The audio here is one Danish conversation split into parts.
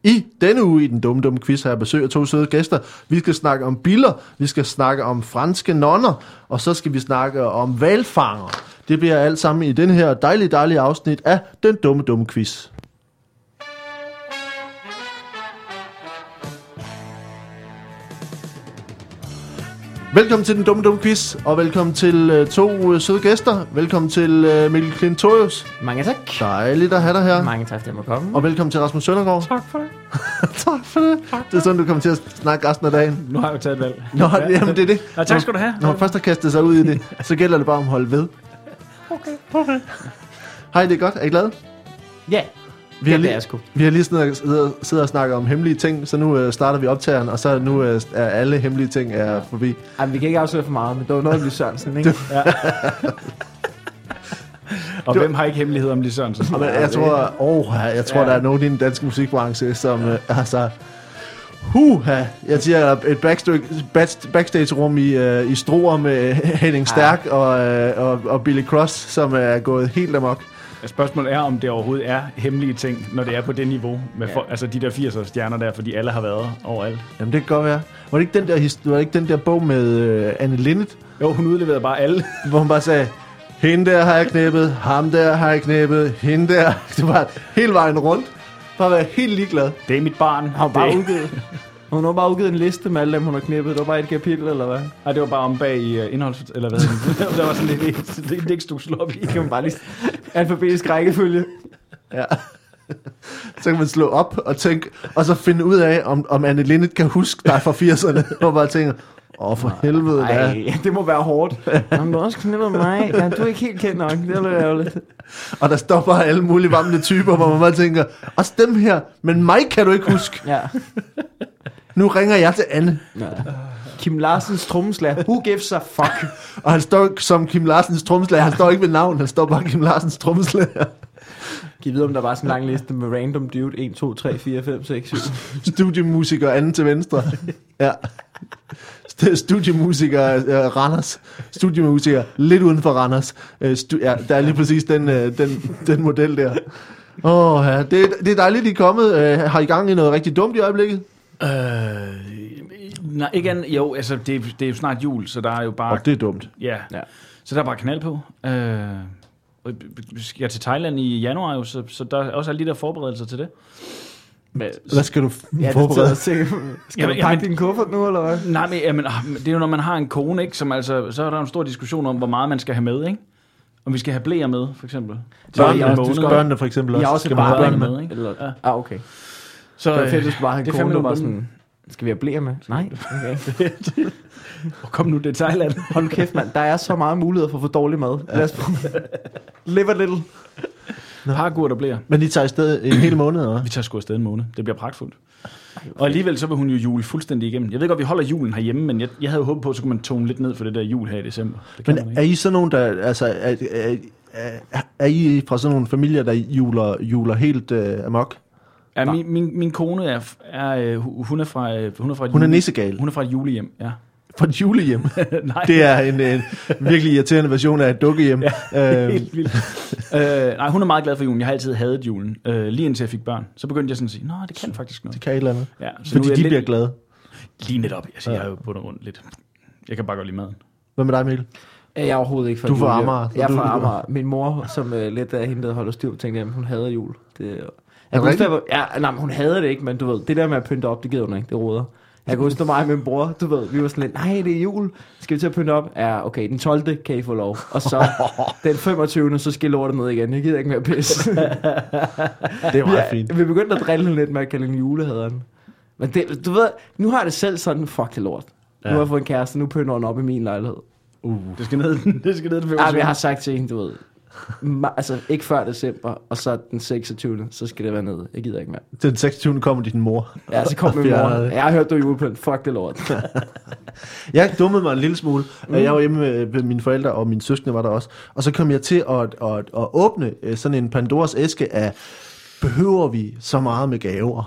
I denne uge i den dumme quiz har jeg besøg af 2 søde gæster. Vi skal snakke om biller, vi skal snakke om franske nonner, og så skal vi snakke om hvalfanger. Det bliver alt sammen i denne her dejlige afsnit af den dumme quiz. Velkommen til den dumme quiz, og velkommen til 2 søde gæster. Velkommen til Mikkel Klintorius. Mange tak. Dejligt at have dig her. Mange tak, for at jeg må komme. Og velkommen til Rasmus Søndergaard. Tak for det. Tak for det. Det er sådan, du kommer til at snakke resten af dagen. Nu har jeg jo taget et valg. Nå, jamen det er det. Ja, tak skal du have. Når man først har kastet sig ud i det, så gælder det bare om at holde ved. Okay. Hej, det er godt. Er I glade? Ja. Vi har det lige, er sgu. vi har lige siddet og snakket om hemmelige ting, så nu starter vi optageren, og så nu er alle hemmelige ting forbi. Ej, vi kan ikke afsløre for meget, men det var noget om Lis Sørensen, ikke? Ja. Og hvem har ikke hemmelighed om Lis Sørensen? Men jeg tror, der er nogen i den danske musikbranche, som jeg siger et backstage-rum i Struer med Henning Stærk og Billy Cross, som er gået helt amok. Spørgsmålet er, om det overhovedet er hemmelige ting, når det er på det niveau, med altså de der 80'er stjerner der, fordi alle har været overalt. Jamen det kan godt være. Var det ikke den der bog med Anne Linnet? Jo, hun udleverede bare alle. Hvor hun bare sagde, hende der har jeg knæppet, ham der har jeg knæppet, hende der. Det var hele vejen rundt. Bare være helt ligeglad. Det er mit barn. Hun har bare udgivet en liste med alle dem, hun har knippet. Det var bare et kapitel, eller hvad? Nej, det var bare om bag i indholds... Eller hvad? Der var sådan lidt indeks, du slå op i. Kan man bare lige alfabetisk rækkefølge. Ja. Så kan man slå op og tænke, og så finde ud af, om Anne Linnet kan huske dig fra 80'erne. Og bare tænker, for helvede. Nej, det må være hårdt. Jamen, du har også knippet mig. Ja, du er ikke helt kendt nok. Det er lidt ærgerligt. Og der står bare alle mulige varmende typer, hvor man bare tænker, også dem her, men mig kan du ikke huske. Ja. Nu ringer jeg til Anne. Ja. Kim Larsens trommeslager. Who gives a fuck? Og han står som Kim Larsens trommeslager. Han står ikke ved navn, han står bare Kim Larsens trommeslager. Kan I vide, om der var sådan en lang liste med random dude? 1, 2, 3, 4, 5, 6, 7. Studiemusiker, anden til venstre. Ja. Studiemusiker Randers. Studiemusiker lidt uden for Randers. Der er lige præcis den model der. Ja. Det er dejligt, I er kommet. Har I gang i noget rigtig dumt i øjeblikket? Nej, ikke andet. Jo, altså det er jo snart jul, så der er jo bare... Og det er dumt. Ja. Så der er bare knald på. Vi skal til Thailand i januar jo, så der er også alle de der forberedelser til det. Hvad skal du forberede? Skal du pakke din kuffert nu, eller hvad? Nej, men det er jo, når man har en kone, ikke, som altså, så er der en stor diskussion om, hvor meget man skal have med, ikke? Om vi skal have bleer med, for eksempel. Børnene for eksempel også. Jeg også skal man have børnene med, ikke? Eller, okay. Så det er fedt, du skal bare have en kone, der var sådan... Skal vi have bleer med? Nej. Okay. Kom nu, det er Thailand. Hold kæft, mand. Der er så meget mulighed for at få dårlig mad. Lad os live a little. Pargurt og bleer. Men I tager afsted en hel måned, eller? Vi tager sgu afsted en måned. Det bliver pragtfuldt. Og alligevel så vil hun jo jule fuldstændig igennem. Jeg ved godt, vi holder julen herhjemme, men jeg havde håbet på, at så kunne man tone lidt ned for det der jul her i december. Men er I sådan nogen, der... Altså, er I fra sådan nogle familier, der juler helt amok? Ja, min kone hun er nissegal. Hun er fra et julehjem, ja. Fra et julehjem? Nej. Det er en virkelig irriterende version af et dukkehjem. Ja, helt vildt. Nej, hun er meget glad for julen. Jeg har altid hadet julen. Lige indtil jeg fik børn. Så begyndte jeg sådan at sige, det kan faktisk noget. Det kan et eller andet. Ja, så fordi de bliver glade. Lige netop. Jeg har jo bundet rundt lidt. Jeg kan bare godt lide maden. Hvad med dig, Mikkel? Jeg er overhovedet ikke fra jul. Du er fra Amager. Jeg er fra Amager. Min mor, som lidt af hende, der holder styr, tænkte, at hun hader jul. Hun hader det ikke, men du ved, det der med at pynte op, det gider hun ikke, det råder. Jeg kan huske, mig og min bror, du ved, vi var sådan lidt, nej, det er jul, skal vi til at pynte op? Ja, okay, den 12. kan I få lov. Og så den 25. så skal lortet ned igen, jeg gider ikke mere pisse. Det er meget fint. Vi begyndte at drille lidt med at kalde hende julehaderen. Men det, du ved, nu har jeg det selv sådan, fuck det lort. Nu har jeg fået en kæreste, nu pynter hun op i min lejlighed. Det skal ned den 25. Ja, jeg har sagt til hende, du ved, altså ikke før december, og så den 26. så skal det være nede. Jeg gider ikke mere. Den 26. kommer din mor. Ja, så kommer min mor. Jeg har hørt, du er julepynt. Fuck det lort. Jeg dummede mig en lille smule. Jeg var hjemme ved mine forældre, og mine søskende var der også. Og så kom jeg til at åbne sådan en Pandoras æske af, behøver vi så meget med gaver?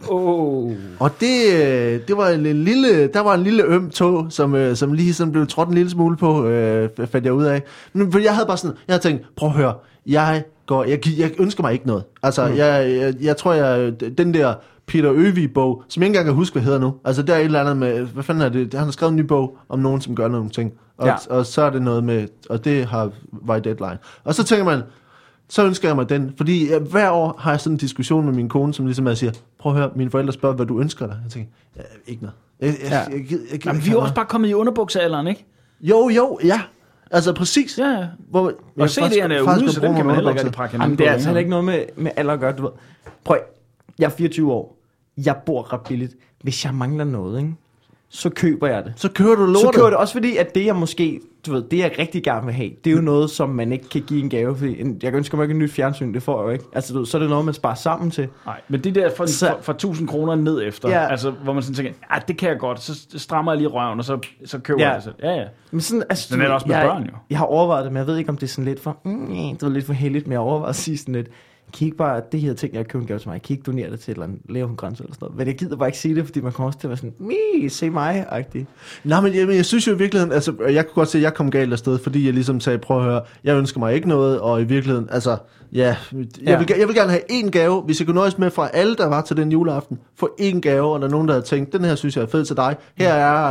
Og det var der var en lille øm tå, som lige sådan blev trådt en lille smule på, fandt jeg ud af. Men jeg havde bare sådan, jeg havde tænkt, prøv at høre, jeg ønsker mig ikke noget. Altså, jeg tror, den der Peter Øvig-bog, som jeg ikke engang kan huske, hvad hedder nu. Altså, der er et eller andet med, hvad fanden er det? Han har skrevet en ny bog om nogen, som gør nogle ting. Og så er det noget med, og det var i Deadline. Og så tænker man, så ønsker jeg mig den. Fordi hver år har jeg sådan en diskussion med min kone, som ligesom jeg siger, prøv at høre, mine forældre spørger, hvad du ønsker dig. Jeg tænker, ikke noget. Jamen, vi er også bare kommet i underbuksealderen, ikke? Jo, ja. Altså præcis. Ja. Og CD'erne er ude, så dem kan man heller ikke prakke hinanden. Jamen, det er altså heller ikke noget med alder at gøre, du ved. Prøv, jeg er 24 år. Jeg bor ret billigt. Hvis jeg mangler noget, ikke, så køber jeg det. Så køber du lortet. Så køber det også fordi, at det jeg måske, du ved, det jeg rigtig gerne vil have, det er jo noget, som man ikke kan give en gave. Fordi jeg ønsker mig ikke en nyt fjernsyn, det får jeg jo ikke. Altså, du ved, så er det noget, man sparer sammen til. Nej, men det der fra 1000 kroner ned efter, altså, hvor man sådan tænker, det kan jeg godt, så strammer jeg lige røven, og så køber jeg det selv. Ja. Men sådan, altså, den er også med børn jo. Jeg har overvejet det, men jeg ved ikke, om det er sådan lidt for, det var lidt for heldigt, men jeg har overvejet at sige sådan lidt, kan I ikke bare, det her ting, jeg køber en gave til mig, kan I ikke donere det til et eller andet Leon-grænse eller sådan noget. Men jeg gider bare ikke sige det, fordi man kommer også til at være sådan, se mig-agtig. Nej, men jeg synes jo i virkeligheden, altså, jeg kunne godt se, at jeg kom galt afsted, fordi jeg ligesom sagde, prøv at høre, jeg ønsker mig ikke noget, og i virkeligheden, altså, jeg vil gerne have én gave, hvis jeg kunne nøjes med fra alle, der var til den juleaften, få én gave, og der er nogen, der har tænkt, den her synes jeg er fed til dig. Her er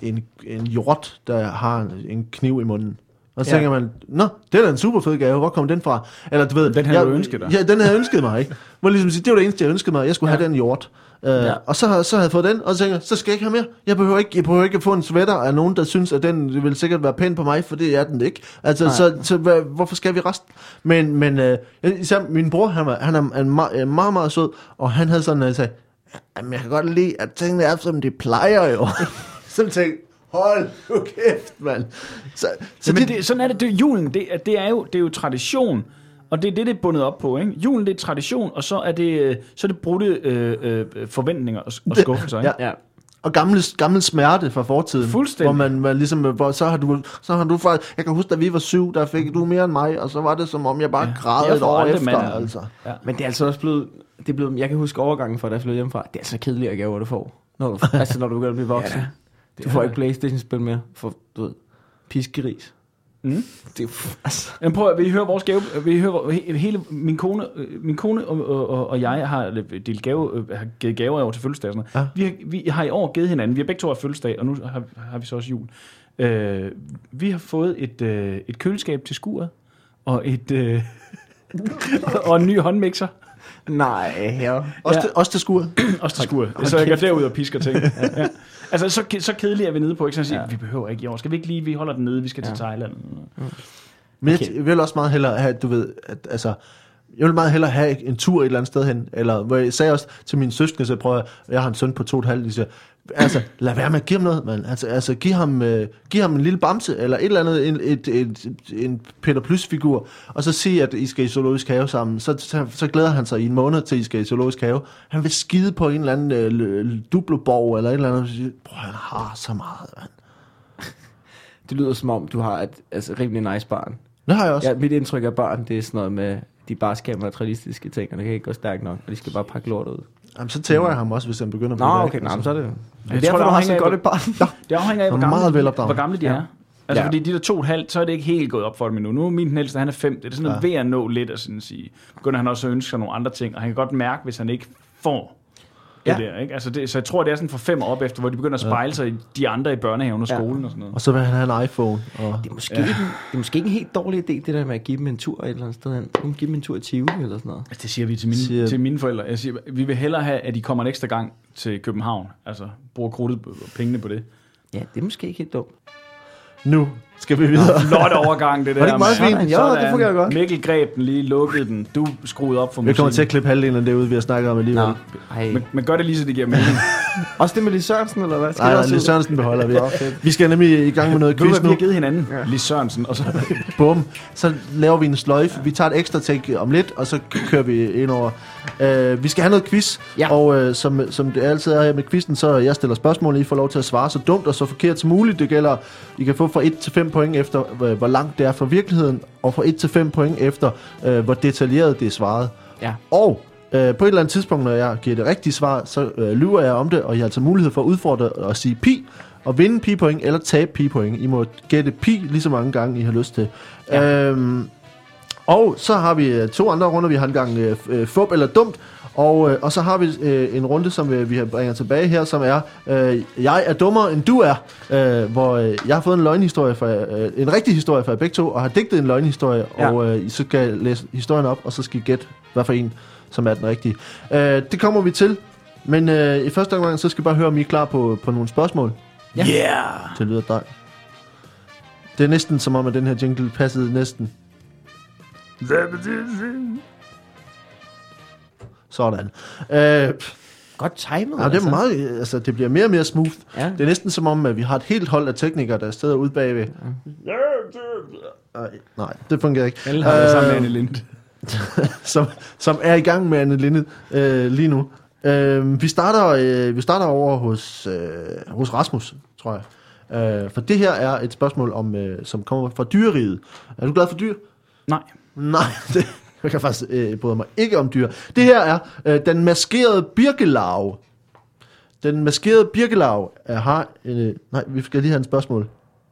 en hjort, der har en kniv i munden. Og så tænker man, nå, det er da en super fed gave, hvor kom den fra? Eller du ved, den havde du ønsket dig. Ja, den havde jeg ønsket mig, ikke? Hvor ligesom sige, det var det eneste, jeg ønskede mig, jeg skulle have den hjort. Og så havde jeg fået den, og så tænker jeg, så skal jeg ikke have mere. Jeg behøver ikke at få en sweater af nogen, der synes, at den vil sikkert være pæn på mig, for det er den ikke. Altså, så hvorfor skal vi resten? Men især min bror, han er meget, meget sød, og han havde sådan, at jeg sagde, jamen, jeg kan godt lide, at tingene er, som de plejer jo. Så tænkte hold nu kæft, mand. Sådan er det. Julen, det er jo tradition, og det er det er bundet op på, ikke? Julen, det er tradition, og så er det brudte forventninger og skuffelser, ikke? Ja. Og gammel smerte fra fortiden. Fuldstændig. Hvor man ligesom, så har du faktisk, jeg kan huske, da vi var 7, der fik du mere end mig, og så var det som om, jeg bare græd et år efter, altså. Ja. Men det er altså også blevet, jeg kan huske overgangen for, da jeg flyttede hjemmefra, det er altså kedeligt at gaver, du får, når du begynder at blive voksen. Ja. Du får ikke PlayStation-spil mere, for du ved, piskeris. Det altså. Jamen prøv at vi hører vores gave. Vi hører hele min kone og jeg har delt har givet gaver over til fødselsdag. Ja. Vi har i år givet hinanden. Vi har begge to har fødselsdag, og nu har vi så også jul. Vi har fået et køleskab til skuret og og en ny håndmixer. Nej, ja. Også til skuret. Også til skuret. Så jeg går derud og pisker ting. Ja. Altså, så kedeligt er vi nede på, ikke? Så siger, vi behøver ikke i år. Skal vi ikke lige, vi holder den nede, vi skal til Thailand. Men jeg vil også meget hellere have, du ved, at, altså, jeg vil meget hellere have en tur et eller andet sted hen, eller hvor jeg sagde også til mine søskende, så prøver jeg har en søn på 2,5, de siger, altså, lad være med at give ham noget, mand. Altså giv ham en lille bamse, eller et eller andet, en Peter Plys-figur, og så sige, at I skal i zoologisk have sammen. Så glæder han sig i en måned til, I skal i zoologisk have. Han vil skide på en eller anden dubloborg, eller et eller andet, og siger, prøv, han har så meget, mand. Det lyder som om, du har et rimelig nice barn. Det har jeg også. Ja, mit indtryk af barn, det er sådan noget med, de bare skal have materialistiske ting, og det kan ikke gå stærkt nok, og de skal bare pakke lort ud. Jamen, så tæver jeg ham også, hvis han begynder på det. Nå, okay, så er det. Jeg tror, du har så godt et barn. Det afhænger af, hvor gamle de er. Altså, fordi de der 2,5, så er det ikke helt gået op for dem endnu. Nu er min ældste, han er 5. Det er sådan noget ved at nå lidt, og sådan at sige. Begynder han også at ønske sig nogle andre ting, og han kan godt mærke, hvis han ikke får det der, ikke? Altså så jeg tror, det er sådan fra 5 op efter, hvor de begynder at spejle sig i de andre i børnehaven og skolen og sådan noget. Og så vil han have en iPhone. Og det er måske ikke en helt dårlig idé, det der med at give dem en tur et eller andet sted hen. Give dem en tur i Tivoli eller sådan noget. Altså, det siger vi til mine forældre. Jeg siger, vi vil hellere have, at de kommer en ekstra gang til København. Altså, bruger krudtet pengene på det. Ja, det er måske ikke helt dumt. Nu skal vi videre. Flot overgang, det der. Var det ikke meget fint? Ja, det fungerer godt. Mikkel greb den lige, lukkede den. Du skruede op for musikken. Jeg kommer til at klippe halvdelen af det ud, vi har snakket om alligevel. Men gør det lige, så det giver mening. Også det med Lis Sørensen, eller hvad? Nej, Lis Sørensen beholder vi. Vi skal nemlig i gang med noget quiz nu. Vi har givet hinanden Lis Sørensen, og så bum. Så laver vi en sløjfe. Vi tager et ekstra take om lidt, og så kører vi ind over. Vi skal have noget quiz, og som det altid er her med quizzen, så jeg stiller spørgsmål, I får lov til at svare så dumt og så forkert som muligt. Det gælder, I kan få fra 1 til 5 point efter, hvor langt det er fra virkeligheden, og fra 1 til 5 point efter, hvor detaljeret det er svaret. Ja. Og På et eller andet tidspunkt, når jeg giver det rigtige svar, så lyver jeg om det, og I har altså mulighed for at udfordre og sige pi, og vinde pi-point eller tabe pi-point. I må gætte pi lige så mange gange, I har lyst til. Ja. Og så har vi 2 andre runder. Vi har en gang fup eller dumt, og så har vi en runde, som vi bringer tilbage her, som er jeg er dummere end du er, hvor jeg har fået en løgnhistorie en rigtig historie fra begge to, og har digtet en løgnhistorie, og I så skal læse historien op, og så skal I gætte, hvad for en, som er den rigtige. Det kommer vi til, men i første omgang, så skal I bare høre, om I er klar på nogle spørgsmål. Ja. Yeah! Det lyder dig. Det er næsten som om, at den her jingle passede næsten. Sådan. Godt timet. Ja, det er meget, altså det bliver mere og mere smooth. Ja. Det er næsten som om, at vi har et helt hold af teknikere, der er stedet ude bagved. Nej, det fungerer ikke. Alle har været sammen med Anne Linde. som er i gang med Anne Linde lige nu. Vi starter over hos Rasmus, tror jeg. For det her er et spørgsmål, som kommer fra dyreriget. Er du glad for dyr? Nej, jeg kan faktisk bryde mig ikke om dyr. Det her er den maskerede birkelarve. Den maskerede birkelarve har... nej, vi skal lige have et spørgsmål.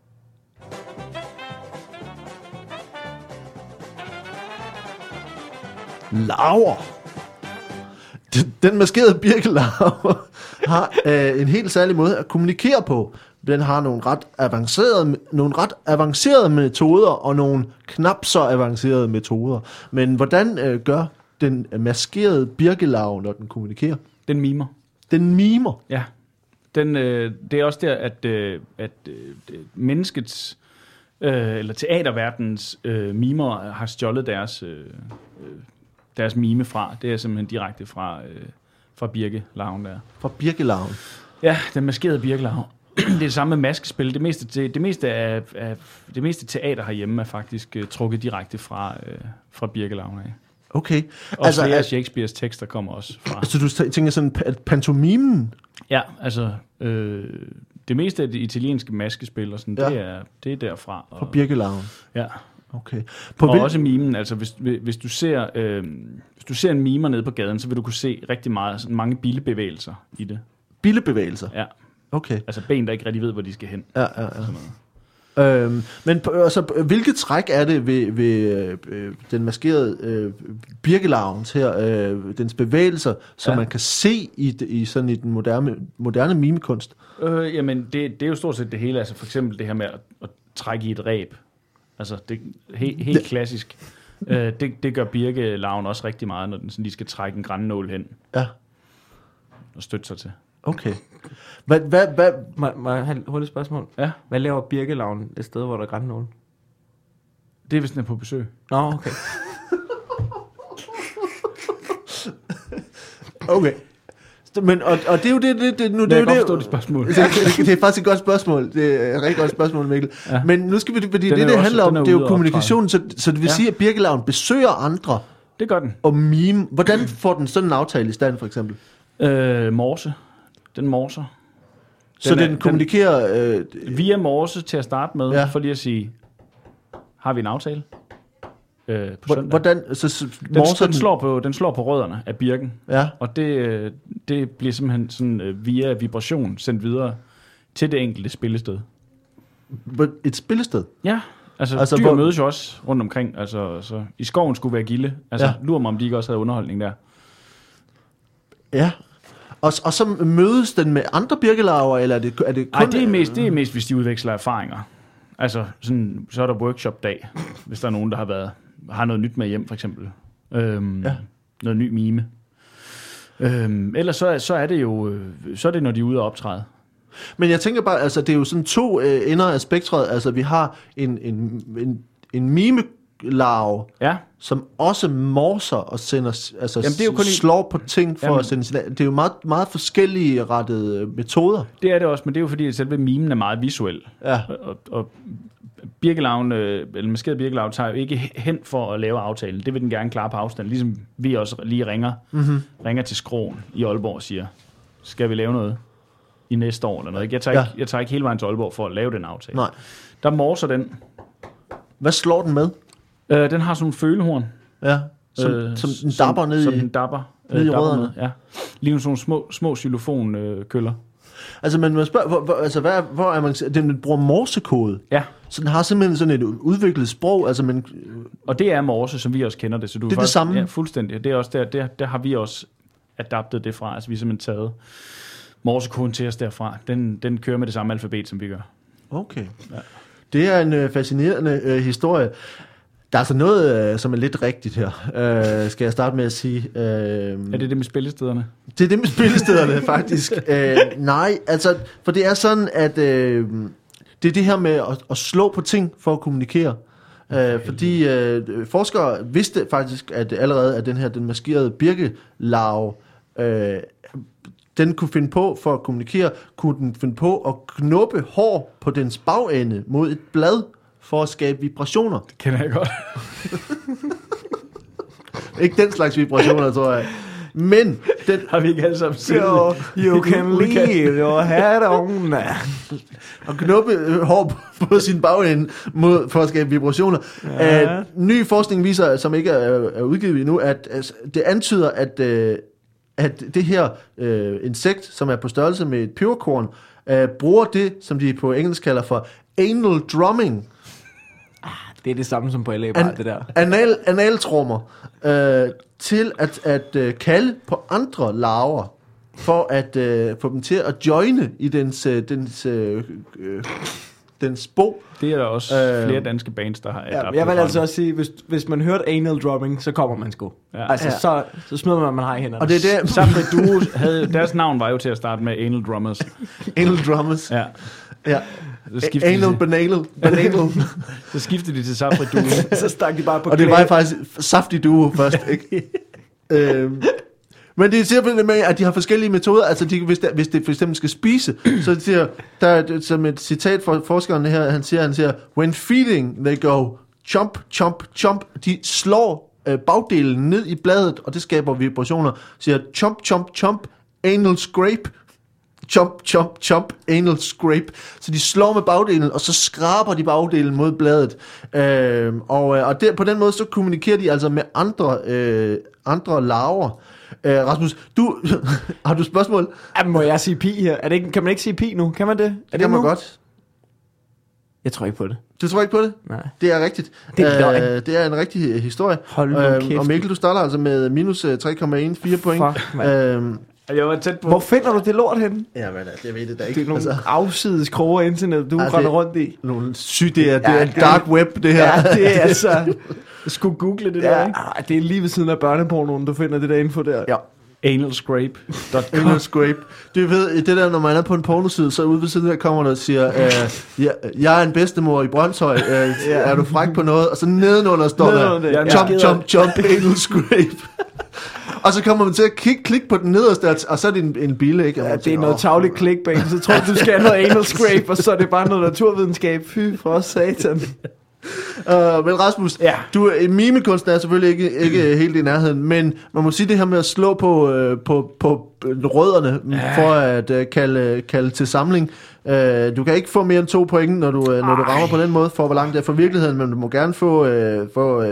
Larver. Den maskerede birkelarve har en helt særlig måde at kommunikere på. Den har nogle ret avancerede metoder og nogle knap så avancerede metoder. Men hvordan gør den maskerede birkelarve, når den kommunikerer? Den mimer. Den mimer? Ja. Det er også der, at menneskets eller teaterverdens mimer har stjålet deres mime fra. Det er simpelthen direkte fra birkelarven der. Fra birkelarven? Ja, den maskerede birkelarve. Det er det samme med maskespil. Det meste teater herhjemme er faktisk trukket direkte fra birkelarven af. Okay. Og flere af Shakespeares tekster kommer også fra. Så du tænker sådan pantomimen? Ja, altså det meste af det italienske maskespil og sådan, det er derfra. Fra birkelarven? Ja. Okay. Og også mimen, altså hvis du ser en mimer nede på gaden, så vil du kunne se rigtig meget, sådan mange billebevægelser i det. Billebevægelser? Ja. Okay. Altså ben, der ikke rigtig ved, hvor de skal hen. Ja. Men altså, hvilket træk er det ved den maskerede birkelarvens her, dens bevægelser, som man kan se i sådan i den moderne mimekunst? Jamen, det er jo stort set det hele. Altså for eksempel det her med at trække i et reb. Altså det helt klassisk. Det gør birkelarven også rigtig meget, når den sådan lige skal trække en grænnål hen. Ja. Og støtte sig til. Okay. Må jeg have et hurtigt spørgsmål? Ja. Hvad laver birkelarven et sted, hvor der er grænnål? Det er, hvis den er på besøg. Nå, okay. Okay. Men, og det er jo det nu... Det er godt forstå det spørgsmål. Det er faktisk et godt spørgsmål. Det er et rigtig godt spørgsmål, Mikkel. Ja. Men nu skal vi... Fordi det handler om, det er jo kommunikation, så det vil sige, at birkelarven besøger andre. Det gør den. Og mime. Hvordan får den sådan en aftale i stand, for eksempel? Morse. Den morser. Så den kommunikerer... via morse til at starte med, for lige at sige, har vi en aftale? På søndag. Hvordan? Den slår på rødderne af birken, og det bliver simpelthen sådan, via vibration sendt videre til det enkelte spillested. Et spillested? Ja, altså dyr mødes jo også rundt omkring. Altså i skoven skulle være gilde. Lurer mig, om de ikke også havde underholdning der. Ja. Og så mødes den med andre birkelarver, eller er det kun... Nej, det er mest, hvis de udveksler erfaringer. Altså, sådan, så er der workshop-dag, hvis der er nogen, der har noget nyt med hjem, for eksempel. Noget ny mime. Ellers så er det jo, når de er ude og optræde. Men jeg tænker bare, altså det er jo sådan 2 ender af spektret. Altså vi har en mime-larve, som også morser og sender, altså det er jo slår på ting for at sende signal. Det er jo meget, meget forskellige rettede metoder. Det er det også, men det er jo fordi, at selve mimen er meget visuel. Ja. Og birkelarven, eller maskeret birkelarve, tager jo ikke hen for at lave aftalen. Det vil den gerne klare på afstand. Ligesom vi også lige ringer til Skråen i Aalborg og siger, skal vi lave noget i næste år eller noget. Jeg tager ikke hele vejen til Aalborg for at lave den aftale. Nej. Der morser den. Hvad slår den med? Den har sådan nogle følehorn. Ja, som den dapper ned i. Som den dapper Nede i dapper rødderne? med. Ja. Lige nu sådan nogle små xylofonkøller. Altså, men man spørger, hvor er man... Den bruger morsekode. Ja. Så den har simpelthen sådan et udviklet sprog. Altså, men, Og det er morse, som vi også kender det. Så du det er det samme? Ja, fuldstændig. Det er også der har vi også adaptet det fra. Altså, vi har simpelthen taget morsekoden til os derfra. Den kører med det samme alfabet, som vi gør. okay. Ja. Det er en fascinerende historie. Der er altså noget, som er lidt rigtigt her, skal jeg starte med at sige. Er det med spillestederne? Det er det med spillestederne, faktisk. Nej, altså, for det er sådan, at det er det her med at slå på ting for at kommunikere. Fordi forskere vidste faktisk, at allerede at den maskerede birkelarve, den kunne finde på, for at kommunikere, kunne den finde på at knuppe hår på dens bagende mod et blad, for at skabe vibrationer. Det kender jeg godt. Ikke den slags vibrationer, tror jeg. Men den... Har vi ikke alle sammen set You can leave your hat on. Og knuppe hår på sin bagende for at skabe vibrationer. Ja. Ny forskning viser, som ikke er udgivet endnu, at det antyder, at det her insekt, som er på størrelse med et peberkorn, bruger det, som de på engelsk kalder for anal drumming. Det er det samme som på LA, bare det der. Analtrummer til at kalde på andre larver, for at få dem til at joine i dens bo. Det er der også flere danske bands, der har adaptet. Jeg vil fra altså den. også sige, hvis man hørte anal drumming, så kommer man sgu. Ja. Altså, så smider man har i hænderne. Og det er det. Safri Duo havde, deres navn var jo til at starte med Anal Drummers. Anal drummers. Ja. Ja. Så skiftede Anal de, banal. så skiftede de til Safri Duo. så stak de bare på Og det knæ. var faktisk saftig duo først, ikke? Men det er simpelthen med, at de har forskellige metoder. Altså, hvis det for eksempel skal spise, så de siger, der er som et citat fra forskeren her, han siger, when feeding, they go chomp, chomp, chomp. De slår bagdelen ned i bladet, og det skaber vibrationer. Siger chomp, chomp, chomp, anal scrape. Chomp, chomp, chomp, anal scrape. Så de slår med bagdelen, og så skraber de bagdelen mod bladet. På den måde, så kommunikerer de altså med andre larver. Rasmus, har du spørgsmål? Jamen, må jeg sige pi her? Kan man ikke sige pi nu? Kan man det? Det kan man godt. Jeg tror ikke på det. Du tror ikke på det? Nej. Det er rigtigt. Det er løgn. Det er en rigtig historie. Hold nu kæft. Og Mikkel, du starter altså med minus 3,14 point. Fuck, mand. Jeg var tæt på. Hvor finder du det lort henne? Jamen, jeg ved det da ikke. Det er nogle afsides kroger internet, du render rundt i. Nogle det er en dark web, det her. Ja, det er altså... Jeg skulle google det der, ikke? Ja, det er lige ved siden af børnepornoen, du finder det der info der. Ja. Analscrape.com. Anal scrape. Du ved, det der, når man er på en pornoside, så ude ved siden der kommer der og siger, jeg er en bedstemor i Brøndshøj, er du fræk på noget? Og så nedenunder står der, jump, anal scrape. Og så kommer man til at klikke på den nederste, og så er det en bille, ikke? Ja, det er noget tavligt clickbait, så tror du skal have noget anal scrape, og så er det bare noget naturvidenskab. Fy for satan. Men Rasmus, du er mimekunstner, er selvfølgelig ikke helt i nærheden, men man må sige det her med at slå på rødderne for at kalde til samling. Du kan ikke få mere end 2 point, når du rammer på den måde, for hvor langt det er fra virkeligheden, men du må gerne få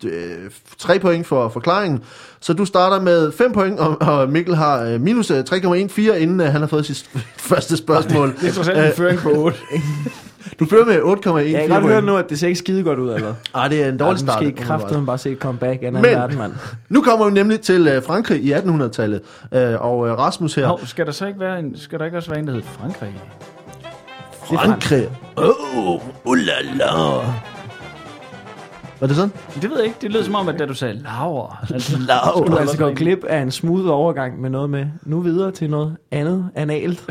3 point for forklaringen. Så du starter med 5 point, og Mikkel har minus 3,14, inden han har fået sit første spørgsmål. Det er trods alt en føring på 8. Du fører med 8,14. Jeg kan godt høre nu, at det ser ikke skide godt ud, eller? Det er en dårlig start. Måske kraftigt bare se et comeback af en Men anden verden, mand. Nu kommer vi nemlig til Frankrig i 1800-tallet, og Rasmus her. Skal der så ikke være skal der ikke også være en, der hedder Frankrig? Frankrig. La la. Var det sådan? Det ved jeg ikke. Det lød som om, at da du sagde Laura. Altså, Du altså gå glip af en smooth overgang med noget med. Nu videre til noget andet analt.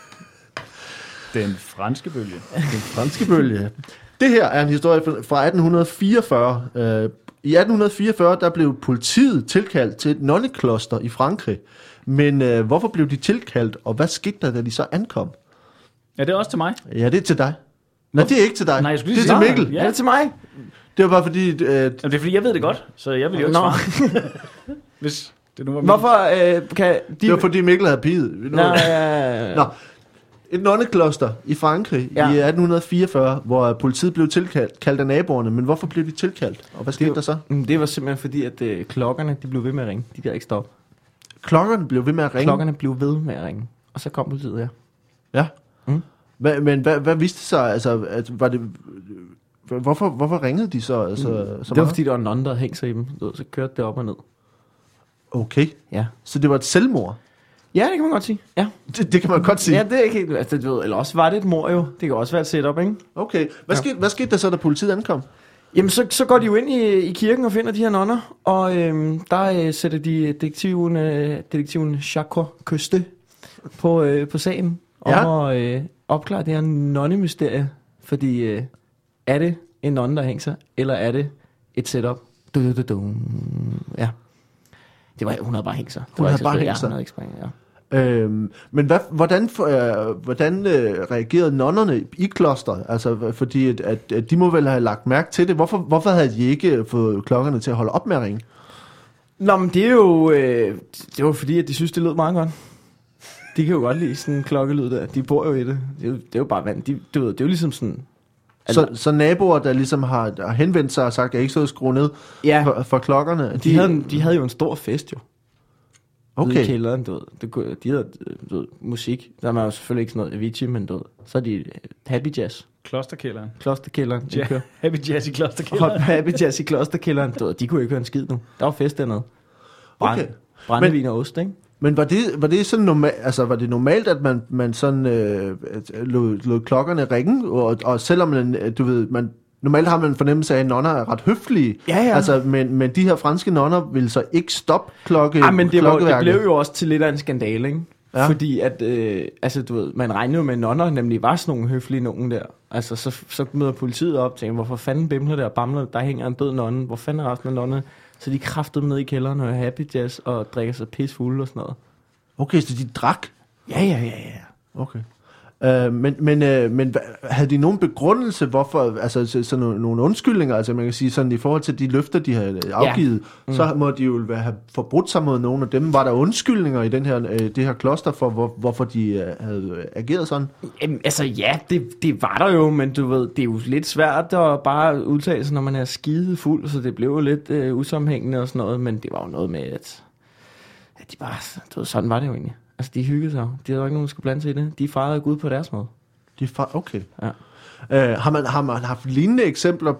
Den franske bølge. Den franske bølge. Det her er en historie fra 1844. I 1844 der blev politiet tilkaldt til et nonnekloster i Frankrig. Men hvorfor blev de tilkaldt, og hvad skete der, da de så ankom? Ja, det er også til mig. Ja, det er til dig. Nej, det er ikke til dig. Nej, jeg skulle det lige er til sige- Mikkel. Ja. Er det til mig? Det var bare fordi... Jamen, det er fordi, jeg ved det godt, så jeg vil jo ikke Nå. svare. Hvis det nu var min. Hvorfor kan de... Det var fordi Mikkel havde piget. Nå, Et nonnekloster i Frankrig i 1844, hvor politiet blev tilkaldt af naboerne. Men hvorfor blev de tilkaldt? Og hvad skete der så? Det var simpelthen fordi, at klokkerne de blev ved med at ringe. De kan ikke stoppe. Klokkerne blev ved med at ringe? Klokkerne blev ved med at ringe. Og så kom politiet, ja. Ja. Mm. Men hvad viste sig? Altså, var det... Hvorfor ringede de så? Altså, så Det var meget? fordi, der var en anden, der havde hængt sig i dem. Så kørte det op og ned. Okay. Ja. Så det var et selvmord? Ja, det kan man godt sige. Ja, Det kan man godt sige. ja det er ikke helt... Altså, du ved, eller også var det et mord jo. Det kan også være et setup, ikke? Okay. Hvad skete der så, da politiet ankom? Jamen, så går de jo ind i kirken og finder de her nonner. Og der sætter de detektiven Jacques Køste på sagen. Ja. Om at opklare det her nonnemysterie. Fordi er det en nonne, der hænger sig? Eller er det et setup? Ja. Det var, hun havde bare hængt sig. Hun havde bare hængt sig. Hun havde ikke sprængt, ja. Men hvordan reagerede nonnerne i klosteret? Altså, fordi at de må vel have lagt mærke til det. Hvorfor havde de ikke fået klokkerne til at holde op med at ringe? Nå, men det er jo det var fordi, at de synes, det lød meget godt. De kan jo godt lide sådan en klokkelyd der. De bor jo i det. Det er jo bare vand. Det er jo ligesom sådan... Så naboer, der ligesom har henvendt sig og sagt, at jeg ikke så skrue ned for klokkerne. De havde jo en stor fest jo. Okay. Ude i kælderen, du ved. De havde musik. Der var jo selvfølgelig ikke sådan noget Avicii, men du ved. Så er de Happy Jazz. Klosterkælderen. Klosterkælderen. De kører. Happy Jazz i klosterkælderen. Happy Jazz i klosterkælderen. Du ved, de kunne ikke høre en skid nu. Der var fest dernede. Brændevin og ost, ikke? Men var det sådan normalt, altså var det normalt, at man sådan lod klokkerne ringe, og selvom man, du ved, normalt har man en fornemmelse af, at nonner er ret høflige, Ja. altså, men de her franske nonner ville så ikke stoppe klokkeværket. Men det blev jo også til lidt af en skandale, ikke? Ja. Fordi at, altså du ved, man regnede jo med nonner, nemlig var sådan nogle høflige nogen der. Altså så møder politiet op og tænker, hvorfor fanden bimler der og bamler, der hænger en død nonne, hvor fanden er resten af nonne? Så de kræftede dem ned i kælderen og hører Happy Jazz og drikker sig pisfulde og sådan noget. Okay, så de drak? Ja. Okay. Men havde de nogen begrundelse, hvorfor, altså sådan nogle undskyldninger, altså man kan sige sådan i forhold til de løfter, de havde afgivet, så må de jo have forbrudt sig mod nogen af dem. Var der undskyldninger i det her kloster for, hvorfor de havde ageret sådan? Altså ja, det var der jo, men du ved, det er jo lidt svært at bare udtale sig, når man er skide fuld, så det blev jo lidt usammenhængende og sådan noget, men det var jo noget med, at de bare, du ved, sådan var det jo egentlig. Altså, de hyggede sig. De havde jo ikke nogen, der skulle blande sig i det. De fejrede Gud på deres måde. Okay. Ja. Har man haft lignende eksempler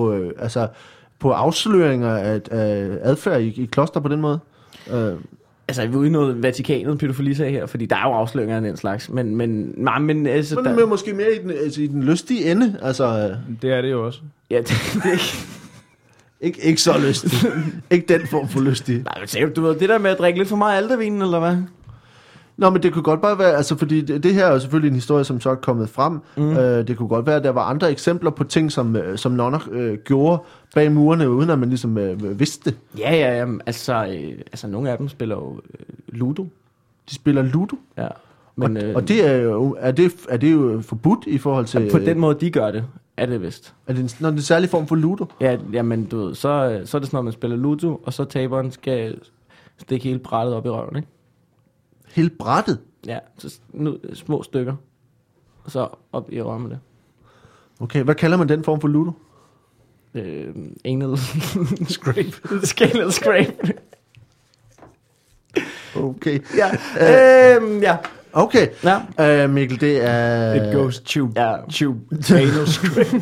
på afsløringer af adfærd i kloster på den måde? Altså, vi er ude i noget Vatikanet pædofili-sag her, fordi der er jo afsløringer af den slags. Men altså... Men måske mere i den lystige ende, altså... Det er det jo også. Ja, det er ikke... Ikke så lystig. Ikke den form for lystig. Nej, men du ved, det der med at drikke lidt for meget altavinen, eller hvad? Nå, men det kunne godt bare være, altså fordi det her er jo selvfølgelig en historie, som så er kommet frem. Det kunne godt være, at der var andre eksempler på ting, som nonner gjorde bag murene, uden at man ligesom vidste det. Ja, altså nogle af dem spiller jo Ludo. De spiller Ludo? Ja. Men, og det er det jo forbudt i forhold til... På den måde, de gør det, er det vist. Er det en særlig form for Ludo? Ja, men du ved, så er det sådan, at man spiller Ludo, og så taberen skal stikke hele brættet op i røven, ikke? Hele brættet? Ja, så små stykker. Og så op i røven med det. Okay, hvad kalder man den form for Ludo? Anal scrape. Scaled scrape. Okay. Ja. Okay. Ja. Mikkel, det er... It goes tube. Ja. Tube. Anal scrape.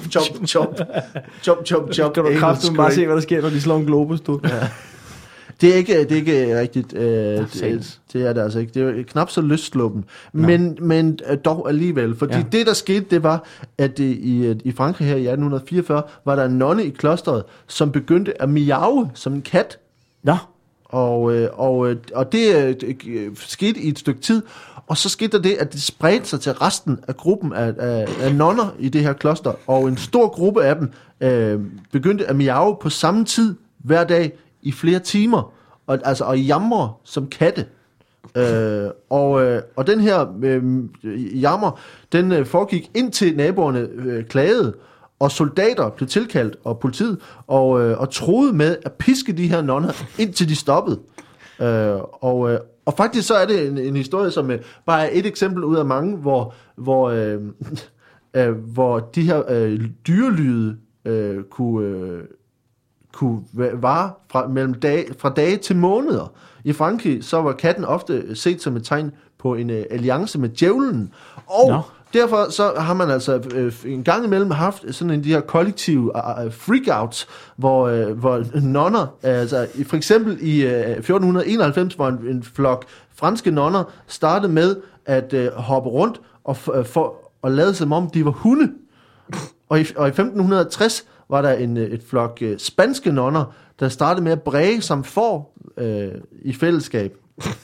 Chop. Kan du kraftigt bare se, hvad der sker, når de slår en globus, du? Ja. Det er ikke rigtigt. Det er det altså ikke. Det er jo knap så lystslåben. Men dog alligevel. Fordi det, der skete, det var, at i Frankrig her i 1844, var der en nonne i klosteret, som begyndte at miaue som en kat. Ja. Og det skete i et stykke tid. Og så skete der det, at det spredte sig til resten af gruppen af nonner i det her kloster. Og en stor gruppe af dem begyndte at miaue på samme tid hver dag i flere timer, og jamre som katte. Og den her jammer, den foregik indtil naboerne klagede, og soldater blev tilkaldt, og politiet, og troede med at piske de her nonner, indtil de stoppede. Og faktisk så er det en historie, som bare er et eksempel ud af mange, hvor de her dyrelyde kunne vare fra dage til måneder. I Frankrig så var katten ofte set som et tegn på en alliance med djævlen. Og derfor så har man altså en gang imellem haft sådan en de her kollektive freakouts, hvor nonner, altså for eksempel i 1491, hvor en flok franske nonner startede med at hoppe rundt og lade som om de var hunde. Og i 1560 var der et flok spanske nonner, der startede med at bræge som får i fællesskab.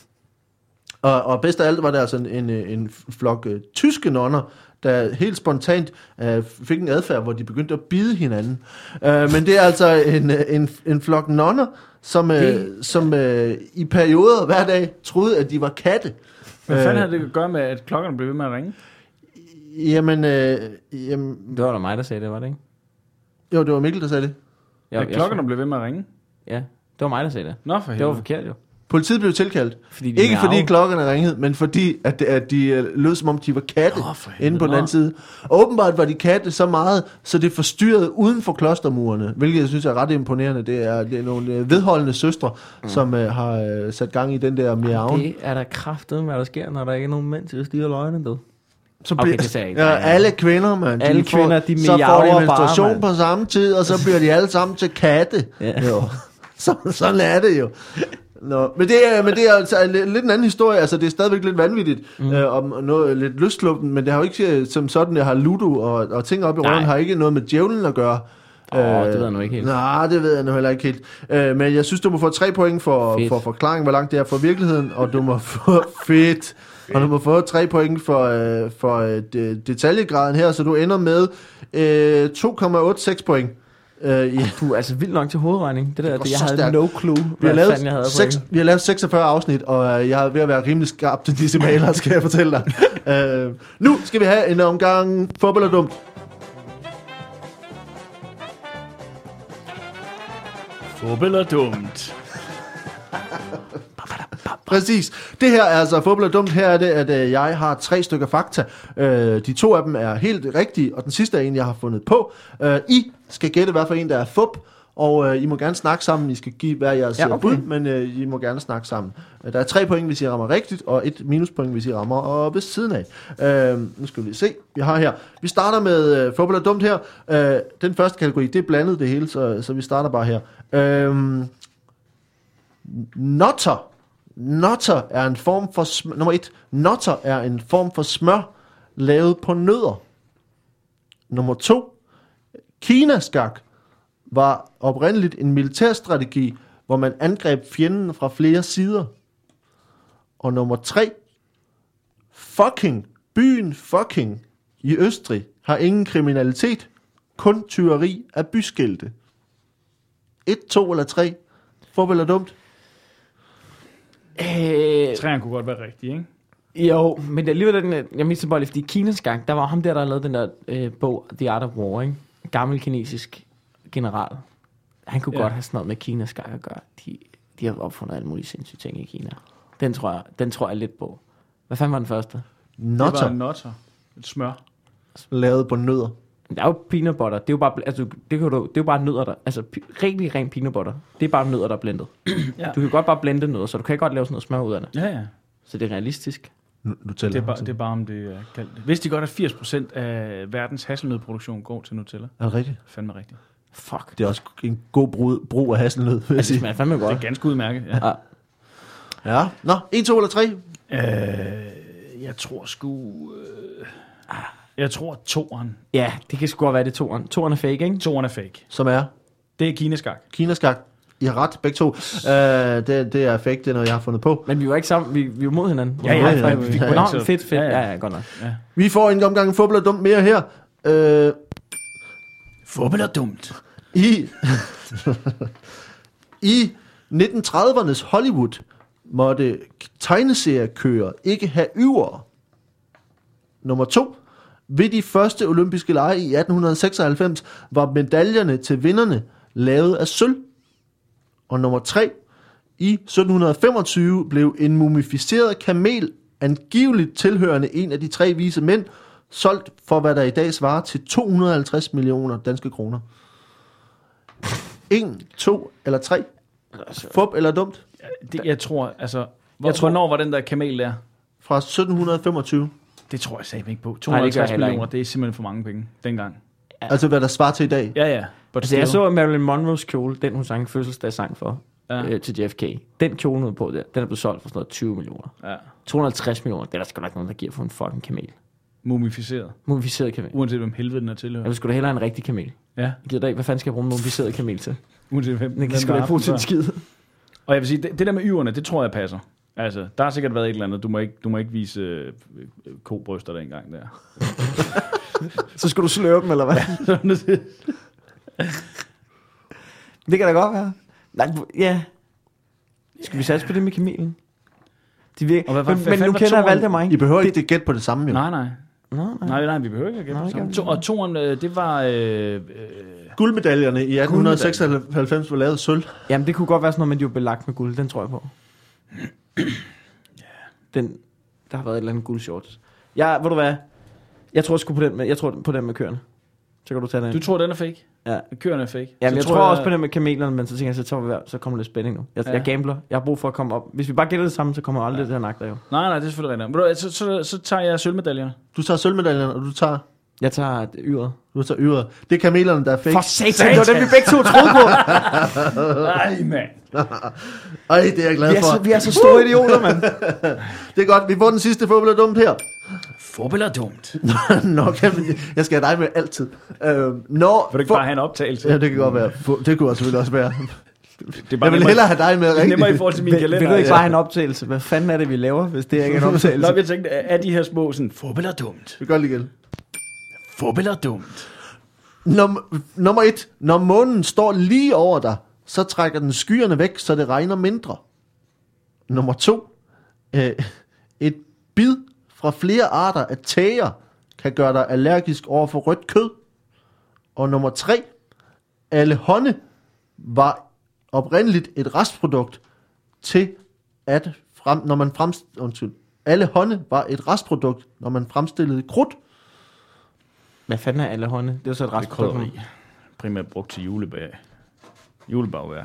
Og bedst af alt var der altså en flok tyske nonner, der helt spontant fik en adfærd, hvor de begyndte at bide hinanden. Men det er altså en flok nonner, som i perioder hver dag troede, at de var katte. Hvad fanden havde det at gøre med, at klokkerne blev ved med at ringe? Jamen... Det var da mig, der sagde det, var det ikke? Jo, det var Mikkel, der sagde det. Ja, klokkerne blev ved med at ringe? Ja, det var mig, der sagde det. Nå, for helvede. Det var forkert jo. Politiet blev tilkaldt. Ikke fordi klokkerne ringede, men fordi at de lød som om de var katte inde på den anden side. Og åbenbart var de katte så meget, så det forstyrrede uden for klostermurene, hvilket jeg synes er ret imponerende. Det er nogle vedholdende søstre, som har sat gang i den der miauen. Det er der kraftet, hvad der sker, når der ikke er nogen mænd til at styre løgene, du. Så Okay, det sagde jeg ikke. alle kvinder, man. Alle kvinder, de så får miaver de menstruation bare, på samme tid, og så bliver de alle sammen til katte. Ja. Jo. Sådan er det jo. Men det er altså lidt en anden historie. Altså, det er stadigvæk lidt vanvittigt om noget lidt lystluppen, men det har jo ikke som sådan, jeg har ludo og ting op i røven, har ikke noget med djævlen at gøre. Det ved jeg nu ikke helt. Nej, det ved jeg nu heller ikke helt. Men jeg synes, du må få 3 point for forklaring, hvor langt det er fra virkeligheden, og du må få fedt. Og du må få 3 point for detaljegraden her, så du ender med 2,86 point. Du er altså vildt langt til hovedregning. Det der, jeg havde stærkt. no clue, hvad fanden jeg havde vi har lavet 46 afsnit, og jeg er ved at være rimelig skarp til decimaler, skal jeg fortælle dig. Nu skal vi have en omgang fodbold og dumt. Fodbold og dumt. Præcis. Det her er altså fodbold og dumt. Her er det, at jeg har 3 stykker fakta. De 2 af dem er helt rigtige, og den sidste er en, jeg har fundet på. I skal gætte, hvad for en, der er fup, og I må gerne snakke sammen. I skal give hver jeres bud, men I må gerne snakke sammen. Der er 3 point, hvis I rammer rigtigt, og 1 minuspoint, hvis I rammer ved siden af. Nu skal vi lige se. Vi har her. Vi starter med fodbold og dumt her. Den første kategori, det er blandet det hele, så vi starter bare her. Nutter er en form for nummer 1. Nutter er en form for smør lavet på nødder. Nummer 2. Kinaskak var oprindeligt en militærstrategi, hvor man angreb fjenden fra flere sider. Og nummer 3. Byen fucking i Østrig har ingen kriminalitet, kun tyveri af byskilte. 1, 2 eller 3. Fodbold er dumt. 3'eren kunne godt være rigtig, ikke? Jo, men det er alligevel jeg mister bare lidt, fordi Kinas gang, der var ham der lavede den der bog, The Art of War, ikke? Gammel kinesisk general. Han kunne godt have sådan noget med Kinas gang at gøre. De har opfundet alle mulige sindssyge ting i Kina. Den tror jeg lidt på. Hvad fanden var den første? Nutter. Det var nutter. Et smør. Lavet på nødder. Der er jo peanut butter. Det er jo bare, altså, det er jo bare nødder, der... Altså, rigtig ren peanut butter. Det er bare nødder, der er blendet. Ja. Du kan godt bare blende nødder, så du kan godt lave sådan noget smør ud af det. Ja. Så det er realistisk. Nutella. Det er bare om det er kaldt. Vidste de godt, at 80% af verdens hasselnødproduktion går til Nutella? Er det rigtigt? Fandme rigtigt. Fuck. Det er også en god brug af hasselnød, vil jeg sige. Det smager fandme godt. Det er ganske udmærket, ja. Ja. Nå, 1, 2 eller 3? Jeg tror sgu... Jeg tror 2'eren. Ja, det kan sgu godt være det 2'eren. 2'eren er fake, ikke? 2'eren er fake. Som er? Det er Kinaskak. Kinaskak. I har ret, begge to. Det er fake, det er noget, jeg har fundet på. Men vi var ikke sammen, vi var mod hinanden. Ja. Nå, fedt. Ja, godt nok. Ja. Vi får en omgang fodbold og dumt mere her. Fodbold og dumt. I 1930'ernes Hollywood måtte tegneseriekører ikke have yvere. Nummer 2. Ved de første olympiske lege i 1896 var medaljerne til vinderne lavet af sølv. Og nummer 3. I 1725 blev en mumificeret kamel, angiveligt tilhørende en af de 3 vise mænd, solgt for hvad der i dag svarer til 250 millioner danske kroner. 1, 2 eller 3? Fup eller dumt? Jeg tror, altså... Hvornår var den der kamel der? Fra 1725. Det tror jeg sagde ikke på. 250 millioner, det er simpelthen for mange penge dengang. Altså, hvad der svarer til i dag? Ja. Altså, jeg så Marilyn Monroes kjole, den hun sang fødselsdagssang for til JFK. Den kjole nu på der, den er blevet solgt for sådan noget 20 millioner. Ja. 250 millioner, det er der sgu nok nogen, der giver for en fucking kamel. Mumificeret kamel. Uanset hvem helvede den er tilhører. Jeg skulle da hellere have en rigtig kamel. Ja. Gider dig, hvad fanden skal jeg bruge en mumificeret kamel til? Uanset hvem. Den kan sgu da ikke bruge til en skid. Og jeg vil sige, det der med yverne, det tror jeg passer. Altså, der har sikkert været et eller andet. Du må ikke vise kobryster der engang der. Så skal du sløre dem, eller hvad? Det kan da godt være. Nej, ja. Skal vi satse på det med kamelen? Men nu kender jeg Valgte mig. I behøver ikke gætte på det samme, jo. Nej, vi behøver ikke at gætte på det samme. Og toren, det var... Guldmedaljerne i 1896 var lavet sølv. Jamen, det kunne godt være sådan noget, men de var belagt med guld. Den tror jeg på. Der har været et eller andet guldshorts. Ved du hvad? Jeg tror sgu på den med, med køerne. Så kan du tage den. Du tror, den er fake? Ja. Køerne er fake? Ja, men jeg tror også på den med kamelerne, men så tænker jeg, så kommer lidt spænding nu. Jeg gambler. Jeg har brug for at komme op. Hvis vi bare gætter det sammen, så kommer jeg aldrig til at nakke dig jo. Nej, det er selvfølgelig rigtigt. Så tager jeg sølvmedaljerne. Du tager sølvmedaljerne, og du tager... Jeg tager yret. Du tager yret. Det er kamelerne, der er fake. For satan, det var dem, vi begge to troede på. Nej, mand. Ej, det er jeg glad for. Vi er så store idioter, mand. Det er godt. Vi får den sidste fodbold er dumt her. Fodbold er dumt. Nå, jeg skal have dig med altid. Vil du ikke bare have en optagelse? Ja, det kan godt være. Det kunne selvfølgelig også være. Jeg vil hellere have dig med rigtigt. Nemmere i forhold til min kalender. Vil du ikke bare have en optagelse? Hvad fanden er det, vi laver, hvis det ikke er en optagelse? Nå, jeg tænkte, er de her små sådan, fodbold er dumt? Vi gør det igen. Fodbold er dumt. Nummer 1. Når månen står lige over dig, så trækker den skyerne væk, så det regner mindre. Nummer 2. Et bid fra flere arter af tæger kan gøre dig allergisk over for rødt kød. Og nummer 3. Alle hånde var oprindeligt et restprodukt til at alle hånde var et restprodukt, når man fremstillede krudt. Hvad fanden er alle hånde? Det er så et restprodukt. Primært brugt til julebagværk.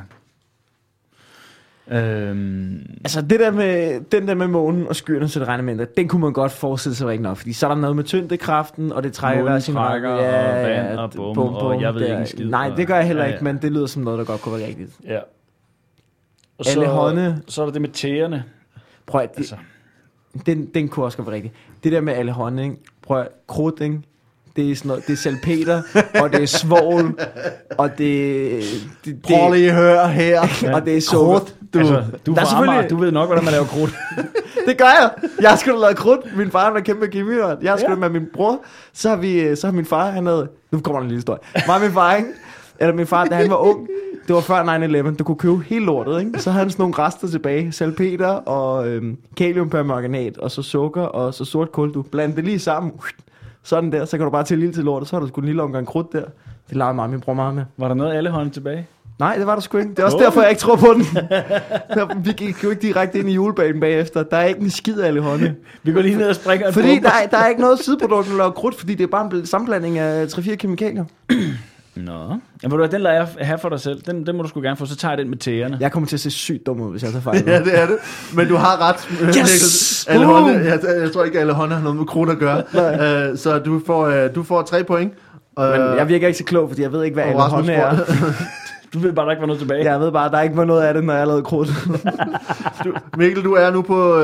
Altså det der med den der med månen og skyerne, så det regner mindre, den kunne man godt forestille sig ikke nok, fordi så er der noget med tyndekraften, og det trækker hver sin række, og vand og bum, og jeg ved ikke en skid. Nej, det gør jeg heller ikke, men det lyder som noget, der godt kunne være rigtigt. Ja. Og alle hånde. Så er der det med tæerne. Prøv at, den kunne også godt være rigtigt. Det der med alle hånde, ikke? Prøv at, krudt, ikke? Det er sådan noget, det er salpeter, og det er svovl, og det prøv lige at høre her. Og det er sukker. Du er Amager, du ved nok, hvordan man laver krudt. Det gør jeg. Jeg har sgu da lavet krudt. Min far er kæmpe kemionørd. Jeg har sgu da med min bror. Så har min far, han havde... Nu kommer der en lille historie. Min far, ikke? Eller min far, da han var ung, det var før 9/11, du kunne købe hele lortet, ikke? Så havde han sådan nogle rester tilbage. Salpeter og kaliumpermanganat, og så sukker, og så sort kul. Du blander det lige sammen. Sådan der, så kan du bare til lille til lortet, så har du sgu en lille omgang krudt der. Det lavede mig min bror meget med. Var der noget alle hånden tilbage? Nej, det var der sgu ikke. Det er også derfor, jeg ikke tror på den. Vi gik jo ikke direkte ind i julebanen bagefter. Der er ikke en skid af alle hånde. Vi går lige ned og springer. Fordi der er ikke noget sideprodukt, der laver krudt, fordi det er bare en sammenblanding af 3-4 kemikalier. Nå. Jamen, den lader jeg have for dig selv. Den må du sgu gerne få. Så tager jeg den med tæerne. Jeg kommer til at se sygt dum ud, hvis jeg tager fejl. Ja, det er det. Men du har ret. Yes! Alle hånde, jeg tror ikke, alle hånde har noget med krudt at gøre. Så du får 3 point. Men jeg virker ikke så klog, fordi jeg ved ikke, hvad alle hånde er. Du ved bare, der ikke var noget tilbage. Jeg ved bare, der ikke var noget af det, når jeg lavede krudt. Mikkel, du er nu på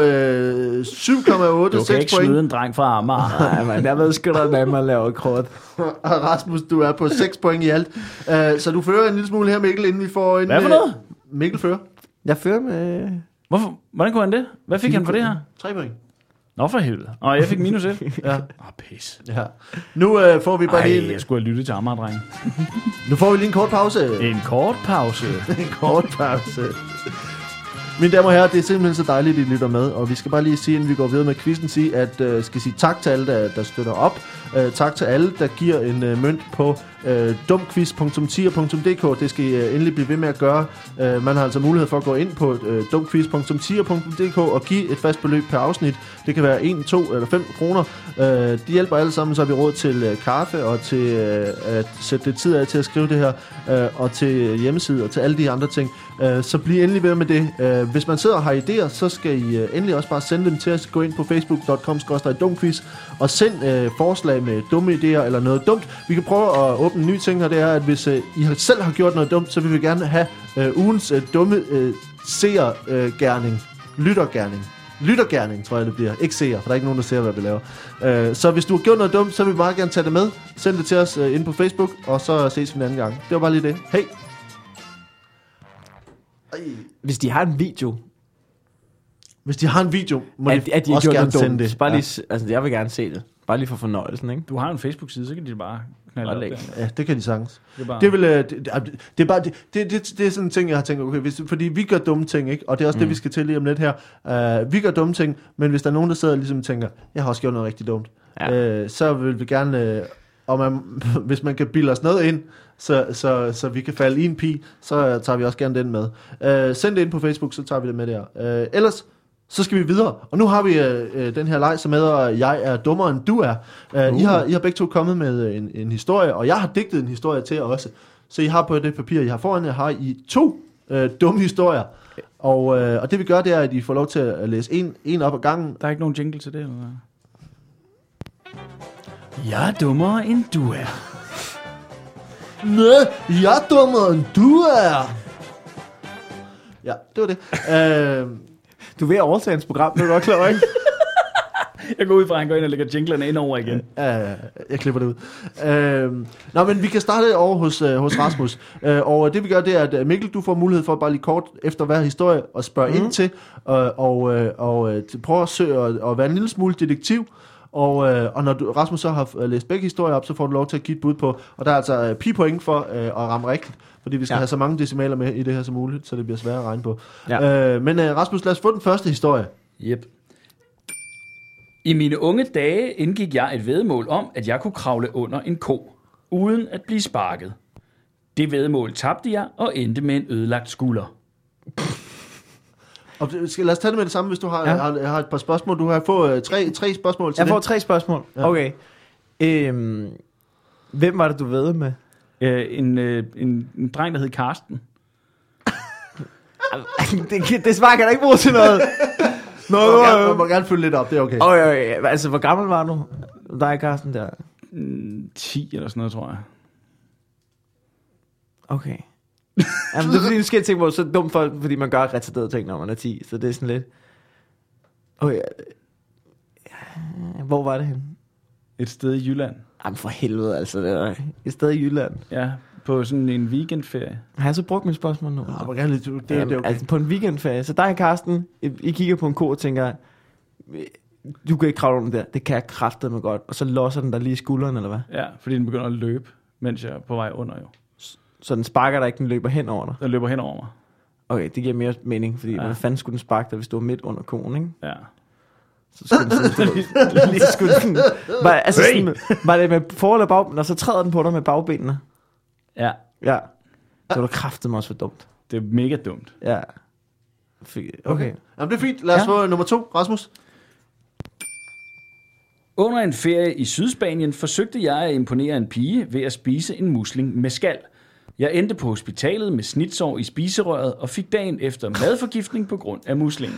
7,8. Du kan ikke snyde en dreng fra Amager. Nej, man, jeg ved sgu da, hvad man laver krudt. Og Rasmus, du er på 6 point i alt. Så du fører en lille smule her, Mikkel, inden vi får en... Hvad for noget? Mikkel fører. Jeg fører med... Hvorfor? Hvordan kunne han det? Hvad fik han for det her? 3 point. Nå for helvede. Og jeg fik minus 1. Ja. Pis. Ja. Nu får vi bare lige... jeg skulle have lyttet til Amager, dreng. Nu får vi lige en kort pause. En kort pause. En kort pause. Mine damer og herrer, det er simpelthen så dejligt, at I lytter med, og vi skal bare lige sige, inden vi går videre med quizzen, skal sige tak til alle, der støtter op. Tak til alle, der giver en mønt på dumquiz.tier.dk. Det skal I endelig blive ved med at gøre. Man har altså mulighed for at gå ind på dumquiz.tier.dk og give et fast beløb per afsnit. Det kan være 1, 2 eller 5 kroner. De hjælper alle sammen, så har vi råd til kaffe og til at sætte lidt tid af til at skrive det her, og til hjemmeside og til alle de andre ting. Så bliv endelig ved med det. Hvis man sidder og har idéer, så skal I endelig også bare sende dem til os. Gå ind på facebook.com/dumquiz og send forslag med dumme idéer eller noget dumt. Vi kan prøve at åbne en ny ting, og det er, at hvis I selv har gjort noget dumt, så vil vi gerne have ugens dumme seergerning. Lyttergerning, tror jeg det bliver. Ikke seer, for der er ikke nogen, der ser, hvad vi laver. Så hvis du har gjort noget dumt, så vil vi bare gerne tage det med. Send det til os inde på Facebook, og så ses vi en anden gang. Det var bare lige det. Hej! Hvis de har en video, Hvis de har en video, må at de også gerne sende dumt. det. Bare lige, altså, jeg vil gerne se det. Bare lige for fornøjelsen, ikke? Du har en Facebook-side, så kan de bare knalde op der. Ja, det kan de sagtens. Det er bare... Det er sådan en ting, jeg har tænkt, okay, fordi vi gør dumme ting, ikke? Og det er også det, vi skal til lige om lidt her. Vi gør dumme ting, men hvis der er nogen, der sidder og ligesom tænker, jeg har også gjort noget rigtig dumt, så vil vi gerne, hvis man kan bilde os noget ind, så vi kan falde i en pi, så tager vi også gerne den med. Send det ind på Facebook, så tager vi det med der. Ellers, så skal vi videre. Og nu har vi den her leg, som hedder, jeg er dummere end du er. I har begge to kommet med en historie, og jeg har digtet en historie til jer også. Så I har på det papir, I har foran jer, har I 2 dumme historier. Og det vi gør, det er, at I får lov til at læse en op ad gangen. Der er ikke nogen jingle til det, eller hvad? Jeg er dummere end du er. Nej, jeg er dummere end du er. Ja, det var det. Du er ved at overtage hans program, det er du godt klar, ikke? Jeg går ud fra, at han går ind og lægger jinglerne ind over igen. Jeg klipper det ud. Nå, men vi kan starte over hos Rasmus. Og det vi gør, det er, at Mikkel, du får mulighed for bare lige kort efter hver historie at spørge ind til, og prøve at søge og være en lille smule detektiv. Og når Rasmus så har læst begge historier op, så får du lov til at give et bud på, og der er altså pi-point for at ramme rigtigt, fordi vi skal have så mange decimaler med i det her som muligt, så det bliver svært at regne på. Ja. Men Rasmus, lad os få den første historie. Yep. I mine unge dage indgik jeg et væddemål om, at jeg kunne kravle under en ko, uden at blive sparket. Det væddemål tabte jeg og endte med en ødelagt skulder. Og lad os tage det med det samme, hvis du har et par spørgsmål. Du har fået tre spørgsmål til jeg får 3 spørgsmål. Ja. Okay. Hvem var det, du væddede med? En dreng, der hed Karsten. det smager kan da ikke bruge til noget. Jeg må gerne følge lidt op, det er okay. Okay. Altså, hvor gammel var du? Dig, Karsten, der? 10 eller sådan noget, tror jeg. Okay. Jamen, det er fordi, du skal tænke på, så dumt folk, fordi man gør retarderede ting, når man er 10. Så det er sådan lidt... Okay. Hvor var det henne? Et sted i Jylland. Jamen for helvede, altså. Det er et sted i Jylland. Ja, på sådan en weekendferie. Har jeg så brugt mit spørgsmål nu? Ja, gerne lidt, det er okay. Altså på en weekendferie. Så dig, Karsten, I kigger på en ko og tænker, du kan ikke kravle under der. Det kan jeg kraftedeme godt. Og så losser den der lige i skulderen, eller hvad? Ja, fordi den begynder at løbe, mens jeg er på vej under jo. Så den sparker dig ikke, den løber hen over dig? Den løber hen over mig. Okay, det giver mere mening, fordi hvad fanden skulle den sparke dig, hvis du var midt under koen, ikke? Ja. Så skulle den sådan, lige skulle den, var det med for- eller bag, og så træder den på dig med bagbenene? Ja. Ja. Så var du kraftedeme også for dumt. Det er mega dumt. Ja. Okay. Jamen det er fint. Lad os få nummer 2, Rasmus. Under en ferie i Sydspanien forsøgte jeg at imponere en pige ved at spise en musling med skal. Jeg endte på hospitalet med snitsår i spiserøret og fik dagen efter madforgiftning på grund af muslingen.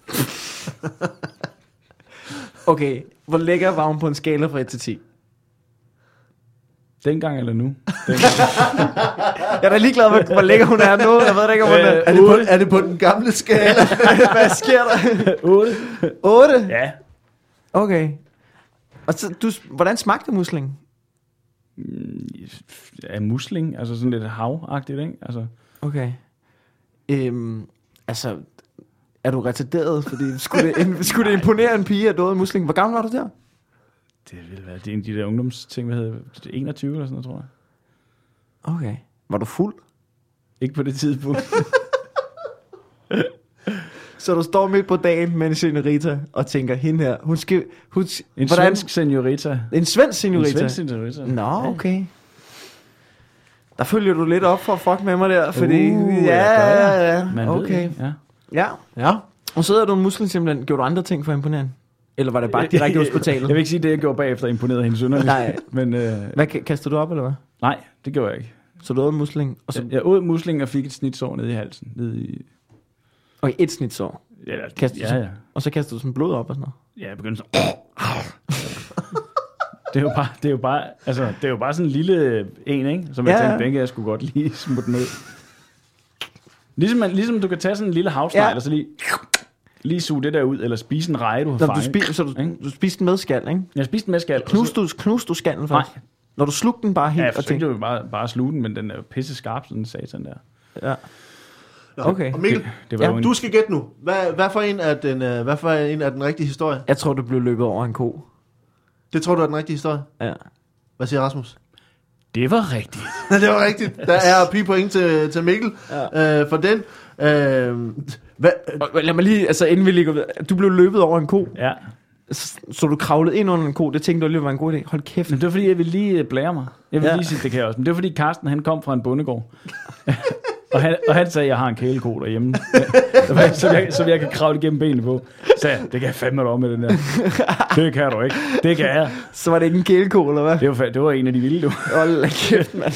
Okay, hvor lækker var hun på en skala fra 1 til 10? Dengang eller nu? Jeg er da ligeglad med, hvor lækker hun er nu. Jeg ved ikke, om hun er det på den gamle skala? Hvad sker der? 8. 8? Ja. Okay. Og så, hvordan smagte muslingen? Af musling, altså sådan lidt havagtigt, ikke? Altså. Okay. Altså, er du retarderet? Fordi skulle det imponere en pige, at du havde musling? Hvor gammel var du der? Det ville være det er en af de der ungdomsting, hvad hedder 21 eller sådan noget, tror jeg. Okay. Var du fuld? Ikke på det tidspunkt. Så du står midt på dagen med en senorita og tænker, hende her, hun skal... En svensk senorita. En svensk senorita? En svensk senorita. Nå, okay. Der følger du lidt op for at fuck med mig der, fordi... ja. Man okay. Ja. Ja. Og så havde du en musling simpelthen. Gjorde du andre ting for at imponere? Eller var det bare direkte hospitalet? Jeg vil ikke sige, det jeg gjorde bagefter imponerede hende sønderligt. Nej. Men, hvad, kastede du op, eller hvad? Nej, det gjorde jeg ikke. Så du åd musling? Og så... Jeg åd musling og fik et snitsår nede i halsen. Okay, et snitsår? Ja. Og så kastede du sådan blod op og sådan noget? Ja, jeg begyndte sådan... Det er jo bare sådan en lille en, ikke? Som jeg tænkte, den kan jeg sgu godt lige smutte ned. Ligesom du kan tage sådan en lille havsnegl, og så lige suge det der ud, eller spise en reje, du har fanget. Du spiste den med skal, ikke? Jeg spiste den med skal. Knuste du skallen faktisk? Nej. Når du slugte den bare helt? Ja, jeg forsøgte jo bare sluge den, men den er jo pisse skarp, sådan en satan der. Ja. Okay. Og Mikkel, du skal gætte nu. Hvad for en er den rigtige historie? Jeg tror, du blev løbet over en ko. Det tror du er den rigtige historie? Ja. Hvad siger Rasmus? Det var rigtigt. Det var rigtigt. Der er pi-point til Mikkel for den. Lad mig lige, altså inden vi lige går videre. Du blev løbet over en ko. Ja. Så du kravlede ind under en ko. Det tænkte du lige var en god idé. Hold kæft. Men det var fordi, jeg ville lige blære mig. Jeg vil lige sige, det kan jeg også. Men det var fordi, Carsten han kom fra en bondegård. og han sagde, at jeg har en kæleko derhjemme. så jeg kan kravle igennem benene på. Så sagde jeg, det kan jeg fandme dig om med den der. Det kan du ikke. Det kan jeg. Så var det ikke en kæleko, eller hvad? Det var en af de vilde, du. Hold kæft, mand.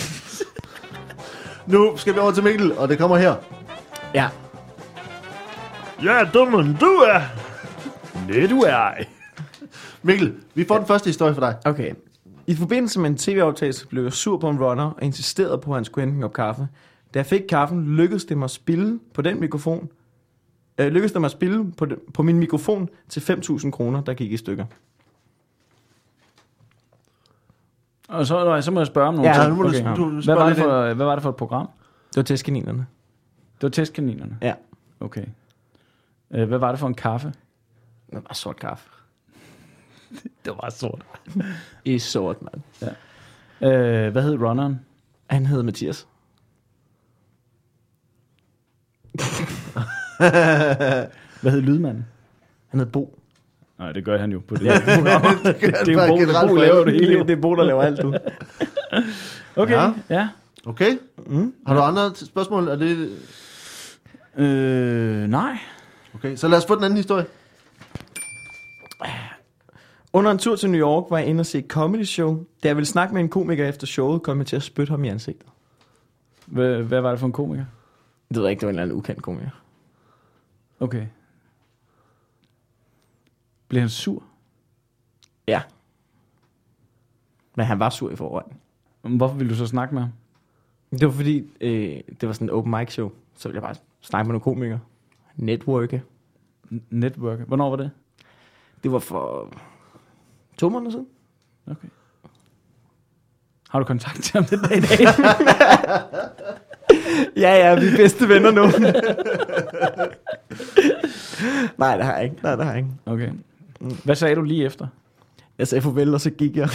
Nu skal vi over til Mikkel, og det kommer her. Ja. Ja, dummen, du er. Det du er ej. Mikkel, vi får den første historie for dig. Okay. I forbindelse med en tv-optagelse blev jeg sur på en runner og insisterede på, at han skulle hente en kop kaffe. Da jeg fik kaffen, lykkedes det mig at spille på den mikrofon. På min mikrofon til 5.000 kroner, der gik i stykker. Og så må jeg spørge om nogle ting. Okay. Hvad var det for et program? Det var Testkaninerne. Det var Testkaninerne? Ja. Okay. Hvad var det for en kaffe? Det var sort kaffe. Det var sort. I sort, mand. Ja. Hvad hed runneren? Han hed Mathias. Hvad hed lydmanden? Han hed Bo. Nej, det gør han jo på det. Det er jo Bo, laver det hele. Det er Bo, der laver alt du. Okay, ja. Okay. Har du andre spørgsmål? Er det... Nej. Okay, så lad os få den anden historie. Under en tur til New York var jeg inde og se et comedy show. Da jeg ville snakke med en komiker efter showet, kom jeg til at spytte ham i ansigtet. Hvad var det for en komiker? Det ved jeg ikke, det var en eller anden ukendt komiker. Okay. Blev han sur? Ja. Men han var sur i forvejen. Hvorfor ville du så snakke med ham? Det var fordi, det var sådan en open mic show. Så ville jeg bare snakke med nogle komikere. Networke. Networke? Hvornår var det? Det var for 2 måneder siden. Okay. Har du kontakt til ham den dag i dag? Ja, vi er bedste venner nu. Nej, det har jeg ikke. Okay. Hvad sagde du lige efter? Jeg sagde farvel, og så gik jeg.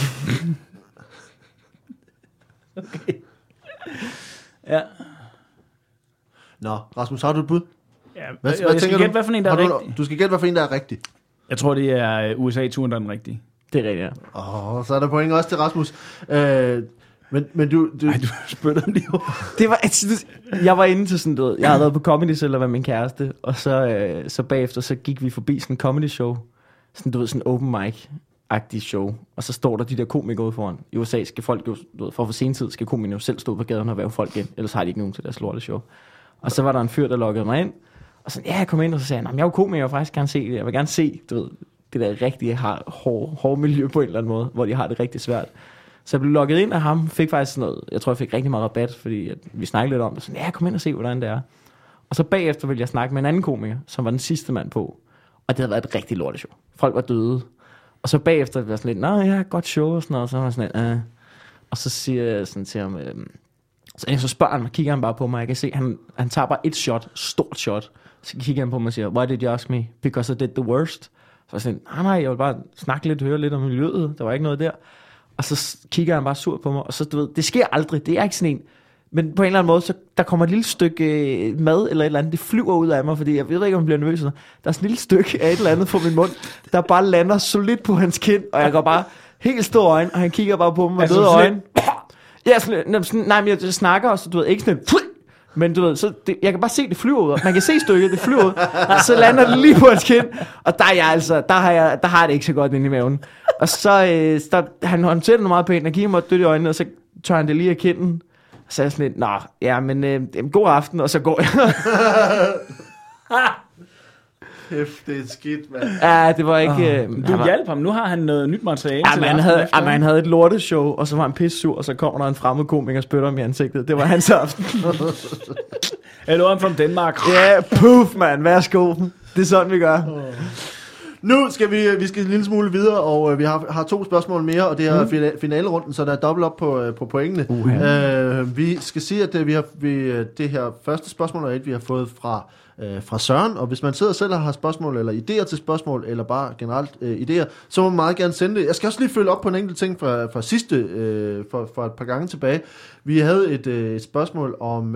Okay. Ja. Nå, Rasmus, har du et bud? Ja, hvad tænker du? Hvad for en, der er rigtig? Du skal gætte, hvad for en, der er rigtig. Jeg tror, det er USA-turen, der er den rigtige. Det er rigtigt, ja. Så er der point også til Rasmus. Men du... Ej, du spytter om det jo. Det var, jeg var inde til sådan noget. Jeg havde været på Comedy Cellar med min kæreste, og så bagefter, så gik vi forbi sådan en comedy show. Sådan, du ved, sådan open mic-agtig show. Og så står der de der komikere ude foran. I USA skal folk jo, du ved, for at få sentid, skal komikere jo selv stå på gaden og være folk ind. Ellers har de ikke nogen til deres lorte show. Og så var der en fyr, der lokkede mig ind. Og sådan, jeg kom ind, og så sagde han, jeg er jo komiker, jeg vil faktisk gerne se det. Jeg vil gerne se, du ved, det der rigtig hårde miljø på en eller anden måde, hvor de har det rigtig svært. Så jeg blev logget ind af ham, fik faktisk sådan noget, jeg tror, jeg fik rigtig meget rabat, fordi vi snakkede lidt om det. Sådan, kom ind og se, hvordan det er. Og så bagefter ville jeg snakke med en anden komiker, som var den sidste mand på. Og det havde været et rigtig lorteshow. Folk var døde. Og så bagefter var jeg sådan lidt, ja, godt show og sådan noget. Og så var jeg sådan lidt, Og så siger jeg sådan til ham, så spørger han mig, kigger han bare på mig, jeg kan se, han tager bare et shot, stort shot. Så kigger han på mig og siger, why did you ask me? Because I did the worst. Så jeg sådan, nej, jeg vil bare snakke lidt, høre lidt om miljøet. Der var ikke noget der. Og så kigger han bare sur på mig, og så, du ved, det sker aldrig. Det er ikke sådan en, Men på en eller anden måde, så der kommer et lille stykke mad eller et eller andet, det flyver ud af mig, fordi jeg ved ikke, om jeg bliver nervøs. Der er sådan et lille stykke af et eller andet på min mund, der bare lander solidt på hans kind, og jeg går bare helt store øjne, og han kigger bare på mig med døde øjne. Ja, nej, men jeg snakker også, du ved, ikke sådan men du ved, så jeg kan bare se, det flyver ud. Man kan se stykket, det flyver ud. Og så lander det lige på hans kind. Og der er jeg altså, der har jeg det ikke så godt inde i maven. Og så han håndterer det meget pænt, og kigger mig dødt i øjnene, og så tør han det lige af kinden. Og så er jeg sådan lidt, nå, ja, men god aften, og så går jeg. Kæft, det er skidt, mand. Ja, det var ikke... Du hjalp ham. Nu har han noget nyt materiale til han havde et lorteshow, og så var han pissur, og så kommer der en fremmed komiker og spytter ham i ansigtet. Det var hans aften. Hello, I'm from Denmark. Ja, puff, mand. Værsgo. Det er sådan, vi gør. Nu skal vi skal en lille smule videre, og vi har 2 spørgsmål mere, og det er finalerunden, så der er dobbelt op på pointene. Vi skal sige, at det her første spørgsmål er et, vi har fået fra Søren, og hvis man sidder selv og har spørgsmål, eller idéer til spørgsmål, eller bare generelt idéer, så må man meget gerne sende det. Jeg skal også lige følge op på en enkelt ting fra sidste, for et par gange tilbage. Vi havde et spørgsmål om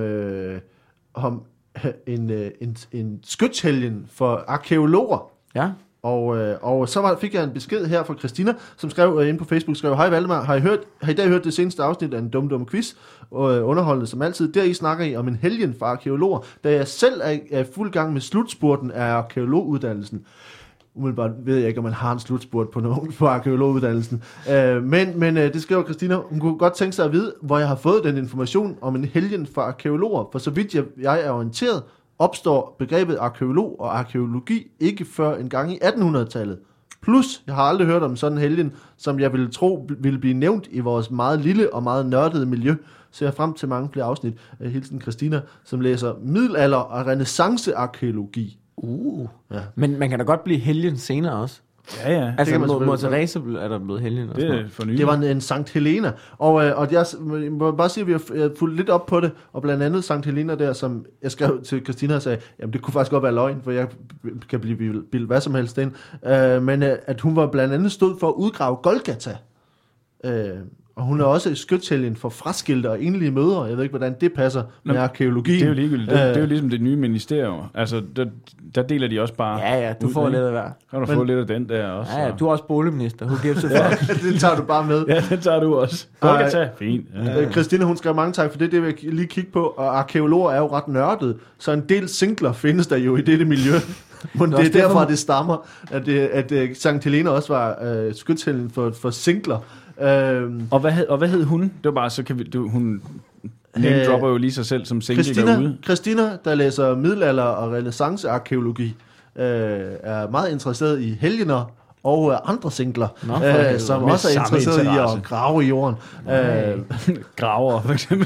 en skytshelgen for arkæologer. Ja. Og så fik jeg en besked her fra Christina, som skrev inde på Facebook, hej Valdemar, har I dag hørt det seneste afsnit af en dum quiz, underholdende som altid. Der I snakker I om en helgen for arkæologer, da jeg selv er fuld gang med slutspurten af arkæologuddannelsen. Umiddelbart ved jeg ikke, om man har en slutspurt på arkæologuddannelsen. Men det skriver Christina, hun kunne godt tænke sig at vide, hvor jeg har fået den information om en helgen for arkæologer. For så vidt jeg er orienteret, opstår begrebet arkæolog og arkæologi ikke før en gang i 1800-tallet. Plus, jeg har aldrig hørt om sådan en helgen, som jeg ville tro ville blive nævnt i vores meget lille og meget nørdede miljø. Ser jeg frem til mange flere afsnit. Hilsen Christina, som læser middelalder- og renaissancearkæologi. Ja. Men man kan da godt blive helgen senere også. Ja. Altså, Mor Teresa er der blevet helgen. Det er for nylig. Det var en Sankt Helena. Og jeg må bare sige, at vi har fulgt lidt op på det, og blandt andet Sankt Helena der, som jeg skrev til Christina og sagde, jamen det kunne faktisk godt være løgn, for jeg kan blive bildet hvad som helst ind. Men at hun var blandt andet stod for at udgrave Golgata. Og hun er også skytshelgen for fraskilte og enlige mødre. Jeg ved ikke, hvordan det passer med arkæologien. Det er jo ligegyldigt. Det er jo ligesom det nye ministerium. Altså, der deler de også bare... Ja, du får lidt af hver. Kan du få lidt af den der også? Ja, du er også boligminister. Who gives a fuck? Det tager du bare med. Ja, den tager du også. Golgata. Fint. Ja. Christina, hun skrev mange tak for det. Det vil jeg lige kigge på. Og arkæologer er jo ret nørdet. Så en del singler findes der jo i dette miljø. Men det er derfra, det stammer, at Sankt Helena også var skytshelgen for singler. Og hvad hed hun? Det var bare, så kan vi... Hun name-dropper jo lige sig selv som single derude. Christina, der læser middelalder- og renaissancearkæologi, er meget interesseret i helgener og andre singler, som også er interesseret i at grave i jorden. Graver, for eksempel.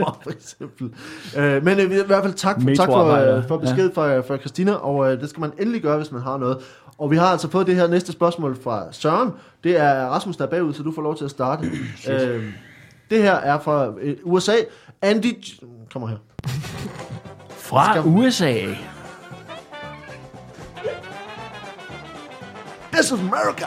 Men i hvert fald tak for besked fra Christina, og det skal man endelig gøre, hvis man har noget. Og vi har altså fået det her næste spørgsmål fra Søren. Det er Rasmus, der er bagud, så du får lov til at starte. Det her er fra USA. Andy... Kommer her. Fra USA. This is America.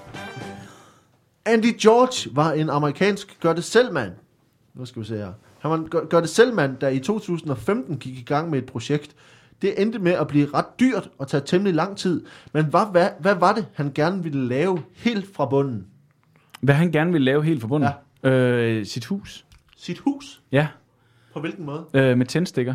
Andy George var en amerikansk gør-det-selv-mand. Nu skal vi se her. Han var en gør-det-selv-mand, der i 2015 gik i gang med et projekt. Det endte med at blive ret dyrt og tage temmelig lang tid. Men hvad var det, han gerne ville lave helt fra bunden? Hvad han gerne ville lave helt fra bunden? Ja. Sit hus. Sit hus? Ja. På hvilken måde? Med tændstikker.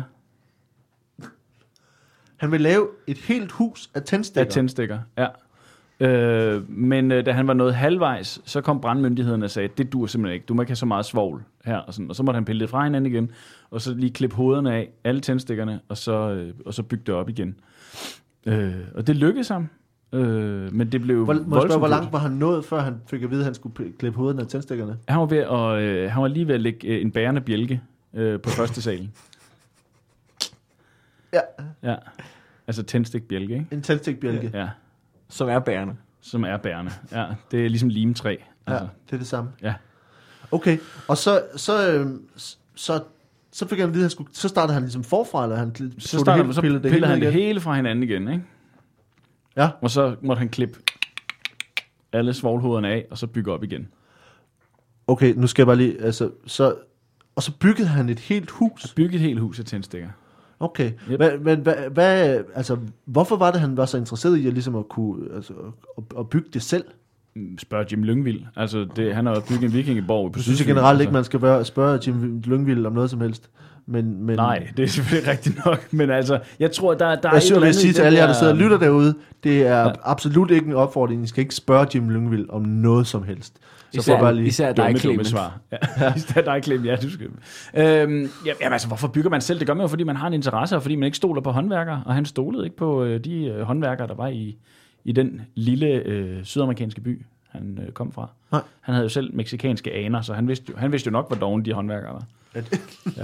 Han ville lave et helt hus af tændstikker? Af tændstikker, ja. Men da han var nået halvvejs, så kom brandmyndigheden og sagde, det dur simpelthen ikke. Du må ikke have så meget svovl her. Og så måtte han pille det fra hinanden igen, og så lige klippe hovederne af, alle tændstikkerne, og så bygge det op igen. Og det lykkedes ham. Men det blev hvor langt var han nået, før han fik at vide, at han skulle klippe hovederne af tændstikkerne? Han var lige ved at lægge en bærende bjælke på første salen. Ja. Altså tændstikbjælke, ikke? En tændstikbjælke. Ja. Som er bærende. Ja, det er ligesom limtræ. Altså. Ja, det er det samme. Ja. Okay, og så fik han at vide, så startede han ligesom forfra, eller han pillede han det hele fra hinanden igen, ikke? Ja. Og så måtte han klippe alle svovlhovederne af, og så bygge op igen. Okay, nu skal jeg bare lige, Og så byggede han et helt hus? Bygge et helt hus af tændstikker. Okay. Yep. Men altså, hvorfor var det, han var så interesseret i at, ligesom at kunne at bygge det selv? Spørg Jim Lyngvild. Altså, han har bygget en vikingeborg på Jeg synes generelt ikke, man skal spørge Jim Lyngvild om noget som helst. Men nej, det er selvfølgelig rigtigt nok. Men altså, jeg tror, der er jeg synes, vil sige til alle jer, der sidder og lytter derude, det er absolut ikke en opfordring. I skal ikke spørge Jim Lyngvild om noget som helst. Så især dig, Clement. Svar. Ja. Især dig, Clement. Ja, du skal. Jamen, altså, hvorfor bygger man selv? Det gør man jo, fordi man har en interesse, og fordi man ikke stoler på håndværkere. Og han stolede ikke på de håndværkere, der var i den lille sydamerikanske by, han kom fra. Nej. Han havde jo selv mexikanske aner, så han vidste jo nok, hvor doven de håndværkere var. Ja.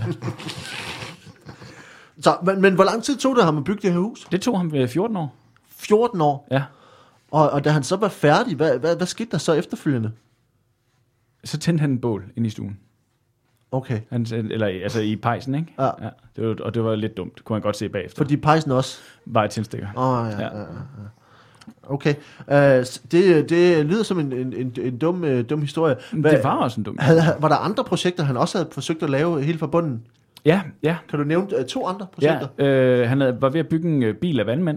Så, men hvor lang tid tog det ham at bygge det her hus? Det tog ham 14 år. 14 år? Ja. Og da han så var færdig, hvad skete der så efterfølgende? Så tændte han en bål ind i stuen. Okay. Altså i pejsen, ikke? Ja. Det var lidt dumt, kunne han godt se bagefter. Fordi pejsen også var et tændstikker. Ja. Okay. Det lyder som en dum historie. Det var også en dum historie. Var der andre projekter, han også havde forsøgt at lave helt fra bunden? Ja. Kan du nævne 2 andre projekter? Ja, han var ved at bygge en bil af vandmænd.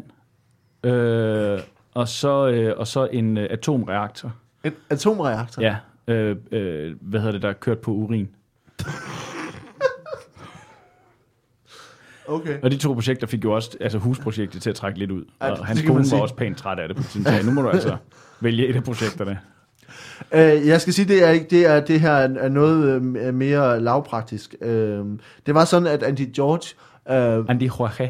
Og så en atomreaktor. En atomreaktor? Ja. Der kørt på urin. Okay. Og de 2 projekter fik jo også husprojektet til at trække lidt ud. Og hans kone var også pænt træt af det på sin sag. Nu må du altså vælge et af projekterne. Jeg skal sige, det her er noget mere lavpraktisk. Det var sådan, at Andy Jorge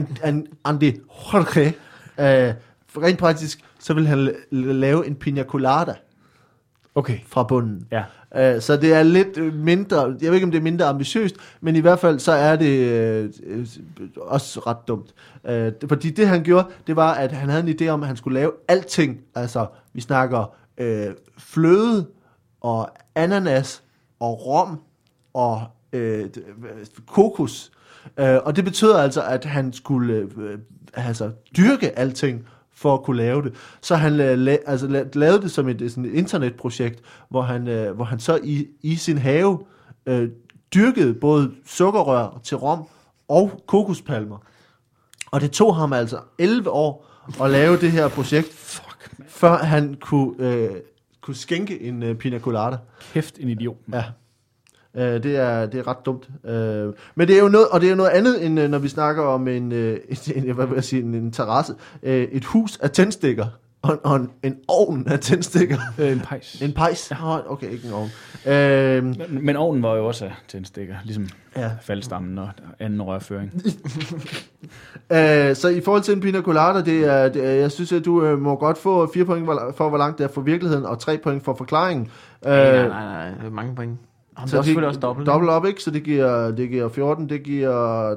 rent praktisk, så ville han lave en piña colada. Okay. Fra bunden. Ja. Så det er lidt mindre, jeg ved ikke, om det er mindre ambitiøst, men i hvert fald så er det også ret dumt. Fordi det han gjorde, det var, at han havde en idé om, at han skulle lave alting. Altså, vi snakker fløde og ananas og rom og kokos. Og det betyder altså, at han skulle dyrke alting for at kunne lave det. Så han lavede det som et internetprojekt, hvor han så i sin have dyrkede både sukkerrør til rom og kokospalmer. Og det tog ham altså 11 år at lave det her projekt, før han kunne skænke en piña colada. Kæft en idiot. Ja. Det er ret dumt. Men det er jo noget, og det er jo noget andet, end når vi snakker om en terrasse. Et hus af tændstikker, og en ovn af tændstikker. En pejs. En pejs? Ja. Okay, ikke en ovn. Men ovnen var jo også af tændstikker, ligesom faldstammen og anden rørføring. Så i forhold til en piña colada, jeg synes, at du må godt få 4 point for, hvor langt det er for virkeligheden, og 3 point for forklaringen. Nej, mange point. Så det er selvfølgelig også dobbelt op, ikke? Så det giver 14, det giver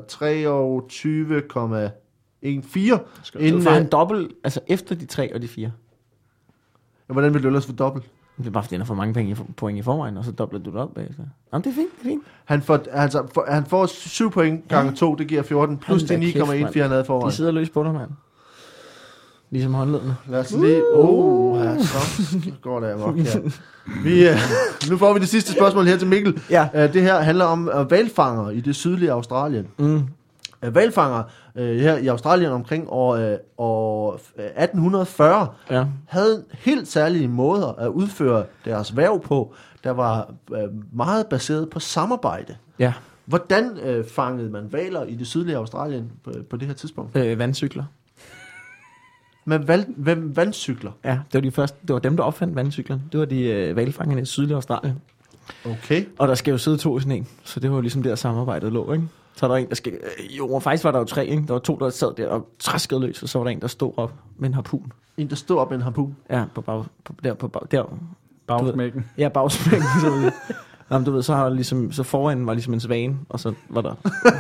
23,14. Så får han dobbelt, altså efter de 3 og de 4. Ja, hvordan vil du ellers få dobbelt? Det er bare fordi, han får mange point i forvejen, og så dobler du det op bagefter. Jamen, det er fint. Han får 7 point gange 2, det giver 14, plus de 9,14 han havde forvejen. De sidder løs på dig, mand. Ligesom håndledene. Lad os lige... så går det amok her. Nu får vi det sidste spørgsmål her til Mikkel. Ja. Det her handler om hvalfanger i det sydlige Australien. Hvalfanger her i Australien omkring år 1840 havde helt særlige måder at udføre deres værv på, der var meget baseret på samarbejde. Ja. Hvordan fangede man hvaler i det sydlige Australien på det her tidspunkt? Vandcykler. Men vandcykler? Ja, det var dem, der opfandt vandcyklerne. Det var de hvalfangerne i sydlige Australien. Okay. Og der skal jo sidde 2 i sådan en, så det var ligesom der samarbejdet lå, ikke? Så der en, der skal... faktisk var der jo 3, ikke? Der var 2, der sad der og traskede løs, og så var der en, der stod op med en harpun. En, der stod op med en harpun? Ja, bagsmækken. Ja, bagsmækken. Jamen, du ved, så foran var ligesom en svane, og så var der...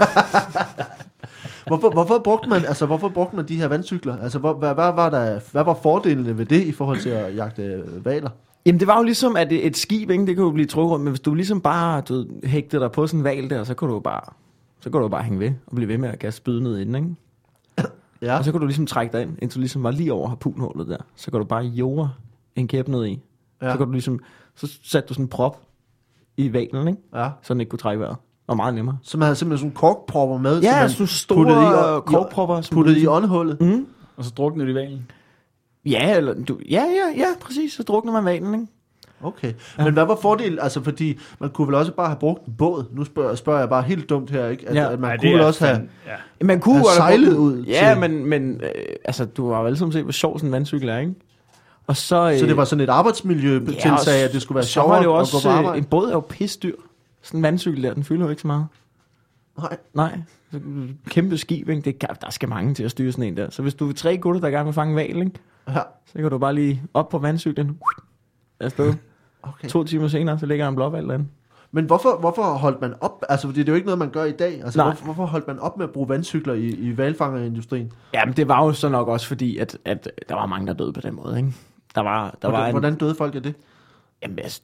Hvorfor brugte man de her vandcykler? Altså, hvad var fordelene ved det i forhold til at jagte hvaler? Jamen, det var jo ligesom, at et skib, ikke, det kunne jo blive trukket rundt, men hvis du ligesom bare hægtede dig på sådan en hval der, så kunne du bare hænge ved og blive ved med at kaste spyd ned inden, ikke? Ja. Og så kunne du ligesom trække dig ind, indtil du ligesom var lige over harpunhullet der. Så kunne du bare jorde en kæp ned i. Ja. Så kunne du ligesom, så satte du sådan en prop i valen, ikke? Ja. Så den ikke kunne trække vejret. Og meget nemmere. Så man havde simpelthen sådan korkpropper med, Ja, som sådan man puttede store korkpropper. puttede i åndehullet. Mm. Og så druknede de valen. Ja, præcis. Så drukner man valen, ikke? Okay. Ja. Men hvad var fordelen? Altså, fordi man kunne vel også bare have brugt en båd. Nu spørger jeg bare helt dumt her, ikke? At man kunne vel også have... Ja. Man kunne have godt sejlet ud Ja, til... men altså, du har jo alle sammen set, hvor sjov sådan en vandcykel er, ikke? Og så det var sådan et arbejdsmiljøtilsag, at det skulle være sjovere at gå på også, arbejde? En båd er jo pisdyr. Sådan en vandcykel der, den fylder jo ikke så meget. Nej. Kæmpe skib, ikke? Der skal mange til at styre sådan en der. Så hvis du er 3 gutter, der er gerne vil fange hval, ikke? Ja. Så kan du bare lige op på vandcyklen. Afsted. Okay. 2 timer senere, så ligger der en blåhval derinde. Men hvorfor holdt man op? Altså, fordi det er jo ikke noget, man gør i dag. Altså, hvorfor holdt man op med at bruge vandcykler i hvalfangerindustrien? Jamen, det var jo så nok også fordi, at der var mange, der døde på den måde, ikke? Hvordan døde folk af det? Jamen, altså,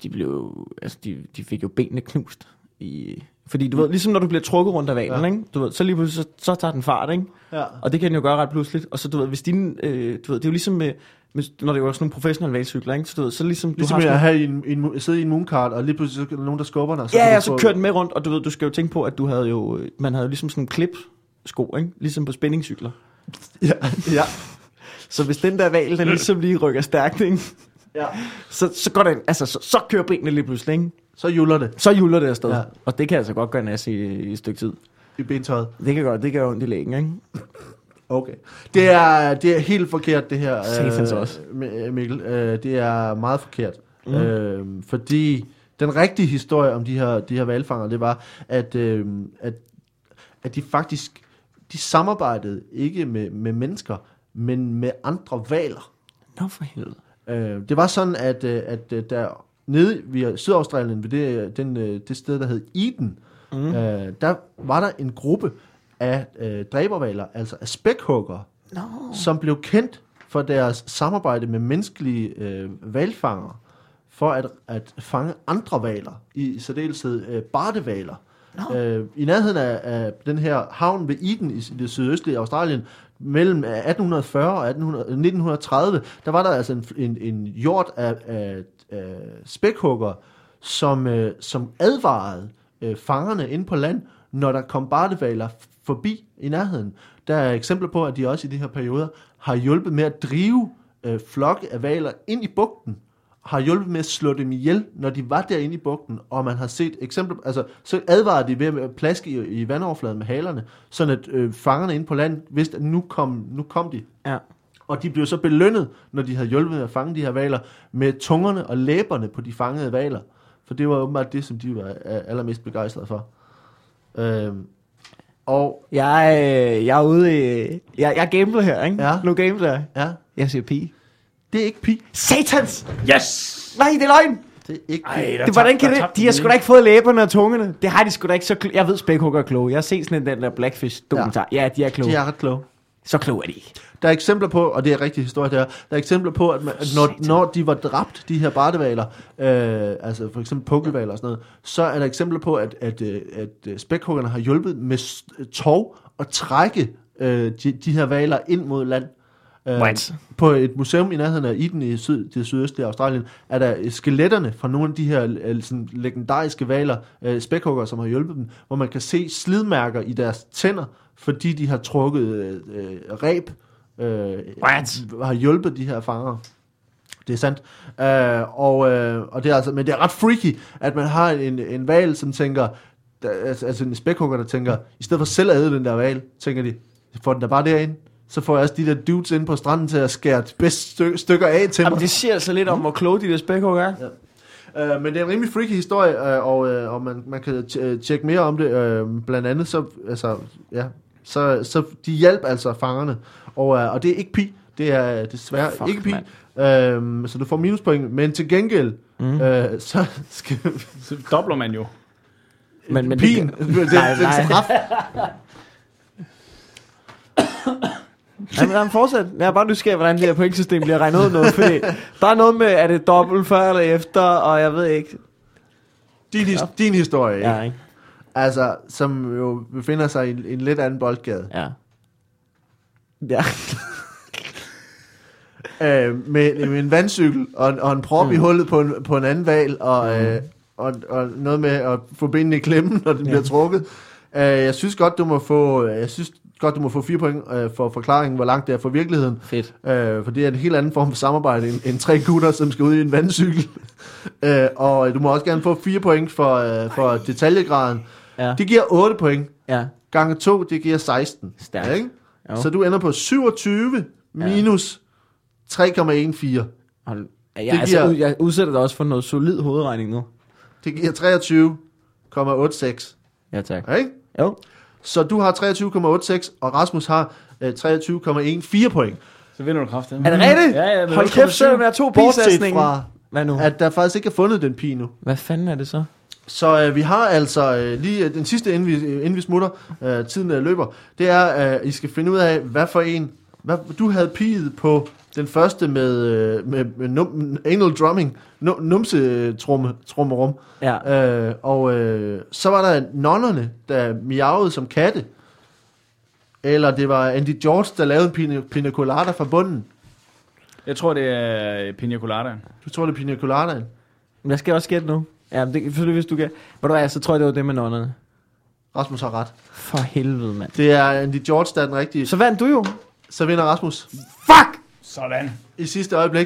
de fik jo benene knust. Fordi du ved, ligesom når du bliver trukket rundt af hvalen, ikke? Du ved, så lige pludselig, så tager den fart, ikke? Ja. Og det kan den jo gøre ret pludseligt. Og så, du ved, hvis dine, du ved, det er jo ligesom med når det er jo sådan nogle professionelle hvalcykler, ikke? Så du ved, så ligesom du har at have sidde i en mooncart, og lige pludselig så er der nogen, der skubber dig. Så kører den med rundt, og du ved, du skal jo tænke på, at man havde jo ligesom sådan en klip-sko, ikke? Ligesom på spændingscykler. Ja. Så hvis den der hval, den ligesom lige rykker stærkt, ikke? Ja. Så går den, altså, så kører benene lige pludselig, ikke? Så juller det afsted. Ja. Og det kan altså godt gøre nas i et stykke tid. I bentøjet. Det kan ondt i lægen, ikke? Okay. Det er helt forkert, det her. Satans også. Mikkel. Det er meget forkert. Fordi den rigtige historie om de her hvalfangere, det var, at de faktisk, de samarbejdede ikke med mennesker, men med andre hvaler. Nå for helvede. Det var sådan, at der nede ved Sydaustralien, ved det sted, der hed Eden, der var der en gruppe af dræberhvaler, altså af spækhuggere, som blev kendt for deres samarbejde med menneskelige hvalfangere, for at fange andre hvaler, i særdeleshed bardehvaler. I nærheden af den her havn ved Eden i det sydøstlige Australien, mellem 1840 og 1930, der var der altså en hjort af spækhuggere, som advarede fangerne inde på land, når der kom bardehvaler forbi i nærheden. Der er eksempler på, at de også i de her perioder har hjulpet med at drive flokke af hvaler ind i bugten, har hjulpet med at slå dem ihjel, når de var derinde i bugten, og man har set eksempler, altså så advarede de ved at plaske i vandoverfladen med halerne, sådan at fangerne inde på land vidste, at nu kom de. Ja. Og de blev så belønnet, når de havde hjulpet med at fange de her hvaler, med tungerne og læberne på de fangede hvaler. For det var åbenbart det, som de var allermest begejstrede for. Og jeg er ude i... Jeg gambler her, ikke? Ja. Nu gambler jeg. Ja. Jeg siger pige. Det er ikke pige. Satans! Yes! Nej, det er løgn! Det er ikke pige. Hvordan kan det? De har sgu da ikke fået læberne og tungerne. Det har de sgu da ikke så jeg ved, spækhugger er kloge. Jeg har set sådan den der Blackfish-dokumentar. Ja, de er kloge. De er ret kloge. Så kloge er de ikke. Der er eksempler på, og det er rigtig historie der, der er eksempler på, at når de var dræbt, de her bardehvaler, altså for eksempel pukkelhvaler og sådan noget, så er der eksempler på, at spækhuggerne har hjulpet med tov at trække de her hvaler ind mod land. På et museum i nærheden af Eden i det sydøstlige Australien, er der skeletterne fra nogle af de her sådan legendariske hvaler, spækhuggere, som har hjulpet dem, hvor man kan se slidmærker i deres tænder, fordi de har trukket reb, har hjulpet de her fangere. Det er sandt. Og det er altså, men det er ret freaky, at man har en hval, som tænker, altså en spækhugger, der tænker, i stedet for selv at æde den der hval, tænker de, får den der bare derind, så får jeg også de der dudes inde på stranden til at skære de bedste stykker af til mig. Jamen, det siger altså lidt om, hvor kloge de der spækhugger er. Ja. Men det er en rimelig freaky historie, og man kan tjekke mere om det. Blandt andet, så de hjalp altså fangerne. Og det er ikke pi. Det er desværre ikke pi. Så du får minuspoint. Men til gengæld, så dobler man jo. Men pien. Nej. Jamen, fortsæt. Jeg er bare nysgerrig, hvordan det her pointsystem bliver regnet ud noget, fordi der er noget med, er det dobbelt før eller efter, og jeg ved ikke. Din historie, ikke? Ja, ikke? Altså, som jo befinder sig i en lidt anden boldgade. Ja. Ja. Med en vandcykel og en prop i hullet på en anden hval, og noget med at få benene i klemmen, når det bliver trukket. Jeg synes godt, du må få 4 point for forklaringen, hvor langt det er fra virkeligheden. Fedt. For det er en helt anden form for samarbejde end 3 gutter, som skal ud i en vandcykel. Og du må også gerne få 4 point for detaljegraden. Ja. Det giver 8 point. Ja. Gange 2, det giver 16. Stærkt. Ikke? Jo. Så du ender på 27 minus 3,14. Jeg udsætter dig også for noget solid hovedregning nu. Det giver 23,86. Ja, tak. Ikke? Jo. Så du har 23,86, og Rasmus har 23,14 point. Så vinder du kraftigt. Er det rigtigt? Ja, men hold kæft, selvom jeg er 2 Bortset pisasninger. fra, Hvad nu? at der faktisk ikke er fundet den pige nu. Hvad fanden er det så? Så vi har altså lige den sidste, inden vi smutter, tiden løber, det er, at I skal finde ud af, hvad for en, du havde piget på den første med anal drumming, numse-trummerum. Ja. Så var der nonnerne, der miavede som katte. Eller det var Andy George, der lavede en pina colada fra bunden. Jeg tror, det er Pina Colada. Du tror, det er pina coladaen? Jeg skal også gætte nu. Ja, det selvfølgelig, hvis du kan. Hvor du er, så tror jeg, det var det med nonnerne. Rasmus har ret. For helvede, mand. Det er Andy George, der er den rigtige. Så vandt du jo. Så vinder Rasmus. Fuck! Sådan. I sidste øjeblik.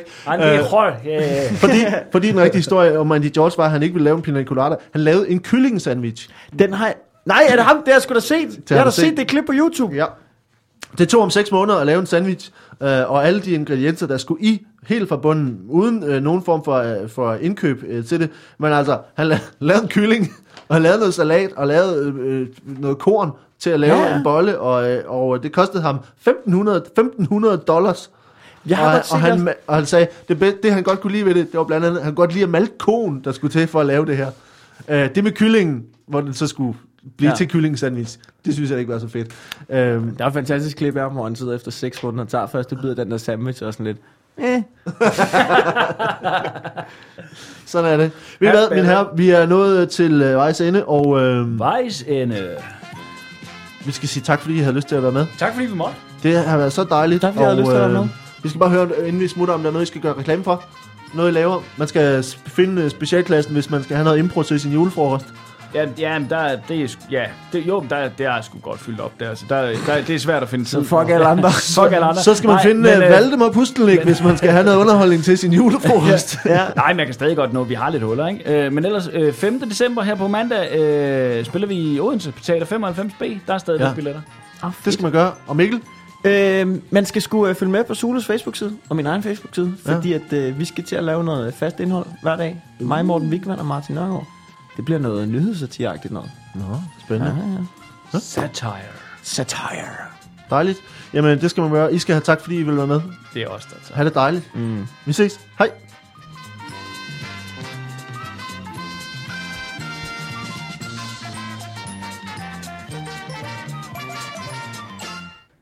Fordi den rigtige historie om Andy George var, at han ikke ville lave en pina colada. Han lavede en kyllingesandwich. Den har jeg... Nej, er det ham? Det har jeg sgu da set. Jeg har da set det klip på YouTube. Ja. Det tog om 6 måneder at lave en sandwich, og alle de ingredienser, der skulle i, helt fra bunden, uden nogen form for indkøb til det. Men altså, han lavede en kylling, og han lavede noget salat, og lavede noget korn til at lave en bolle, og det kostede ham $1,500. Og han sagde, det han godt kunne lide ved det var blandt andet, han godt lide at malke koen, der skulle til for at lave det her. Det med kyllingen, hvor den så skulle blive til kyllingesandwich, det synes jeg ikke var så fedt. Der er et fantastisk klip af ham, hvor han sidder efter 6 måneder og tager første bid af den der sandwich og sådan lidt. Sådan er det. Ved I hvad, mine herrer, vi er nået til vejs ende, og vejs ende. Vi skal sige tak, fordi I havde lyst til at være med. Tak fordi vi måtte. Det har været så dejligt. Tak fordi I havde lyst til at være med. Vi skal bare høre, inden vi smutter, om der er noget, I skal gøre reklame for. Noget, I laver. Man skal finde specialklassen, hvis man skal have noget impro til sin julefrokost. Det er sgu godt fyldt op der. Så det er svært at finde tid. Så fuck alle andre. Så skal man finde Valdemar Pustelnik, hvis man skal have noget underholdning til sin julefrokost. Nej, man kan stadig godt nå, vi har lidt huller, ikke? Men ellers 5. december her på mandag spiller vi i Odense Teater 95B. Der er stadig lidt billetter. Det skal man gøre. Og Mikkel? Man skal sgu følge med på Zulus Facebook-side og min egen Facebook-side, fordi at vi skal til at lave noget fast indhold hver dag. Mig, Morten Wigman og Martin Nørgaard. Det bliver noget nyhedssatire-agtigt noget. Nå, spændende. Ja. Satire. Dejligt. Jamen, det skal man gøre. I skal have tak, fordi I vil være med. Det er også der. Ha' det dejligt. Vi ses. Hej.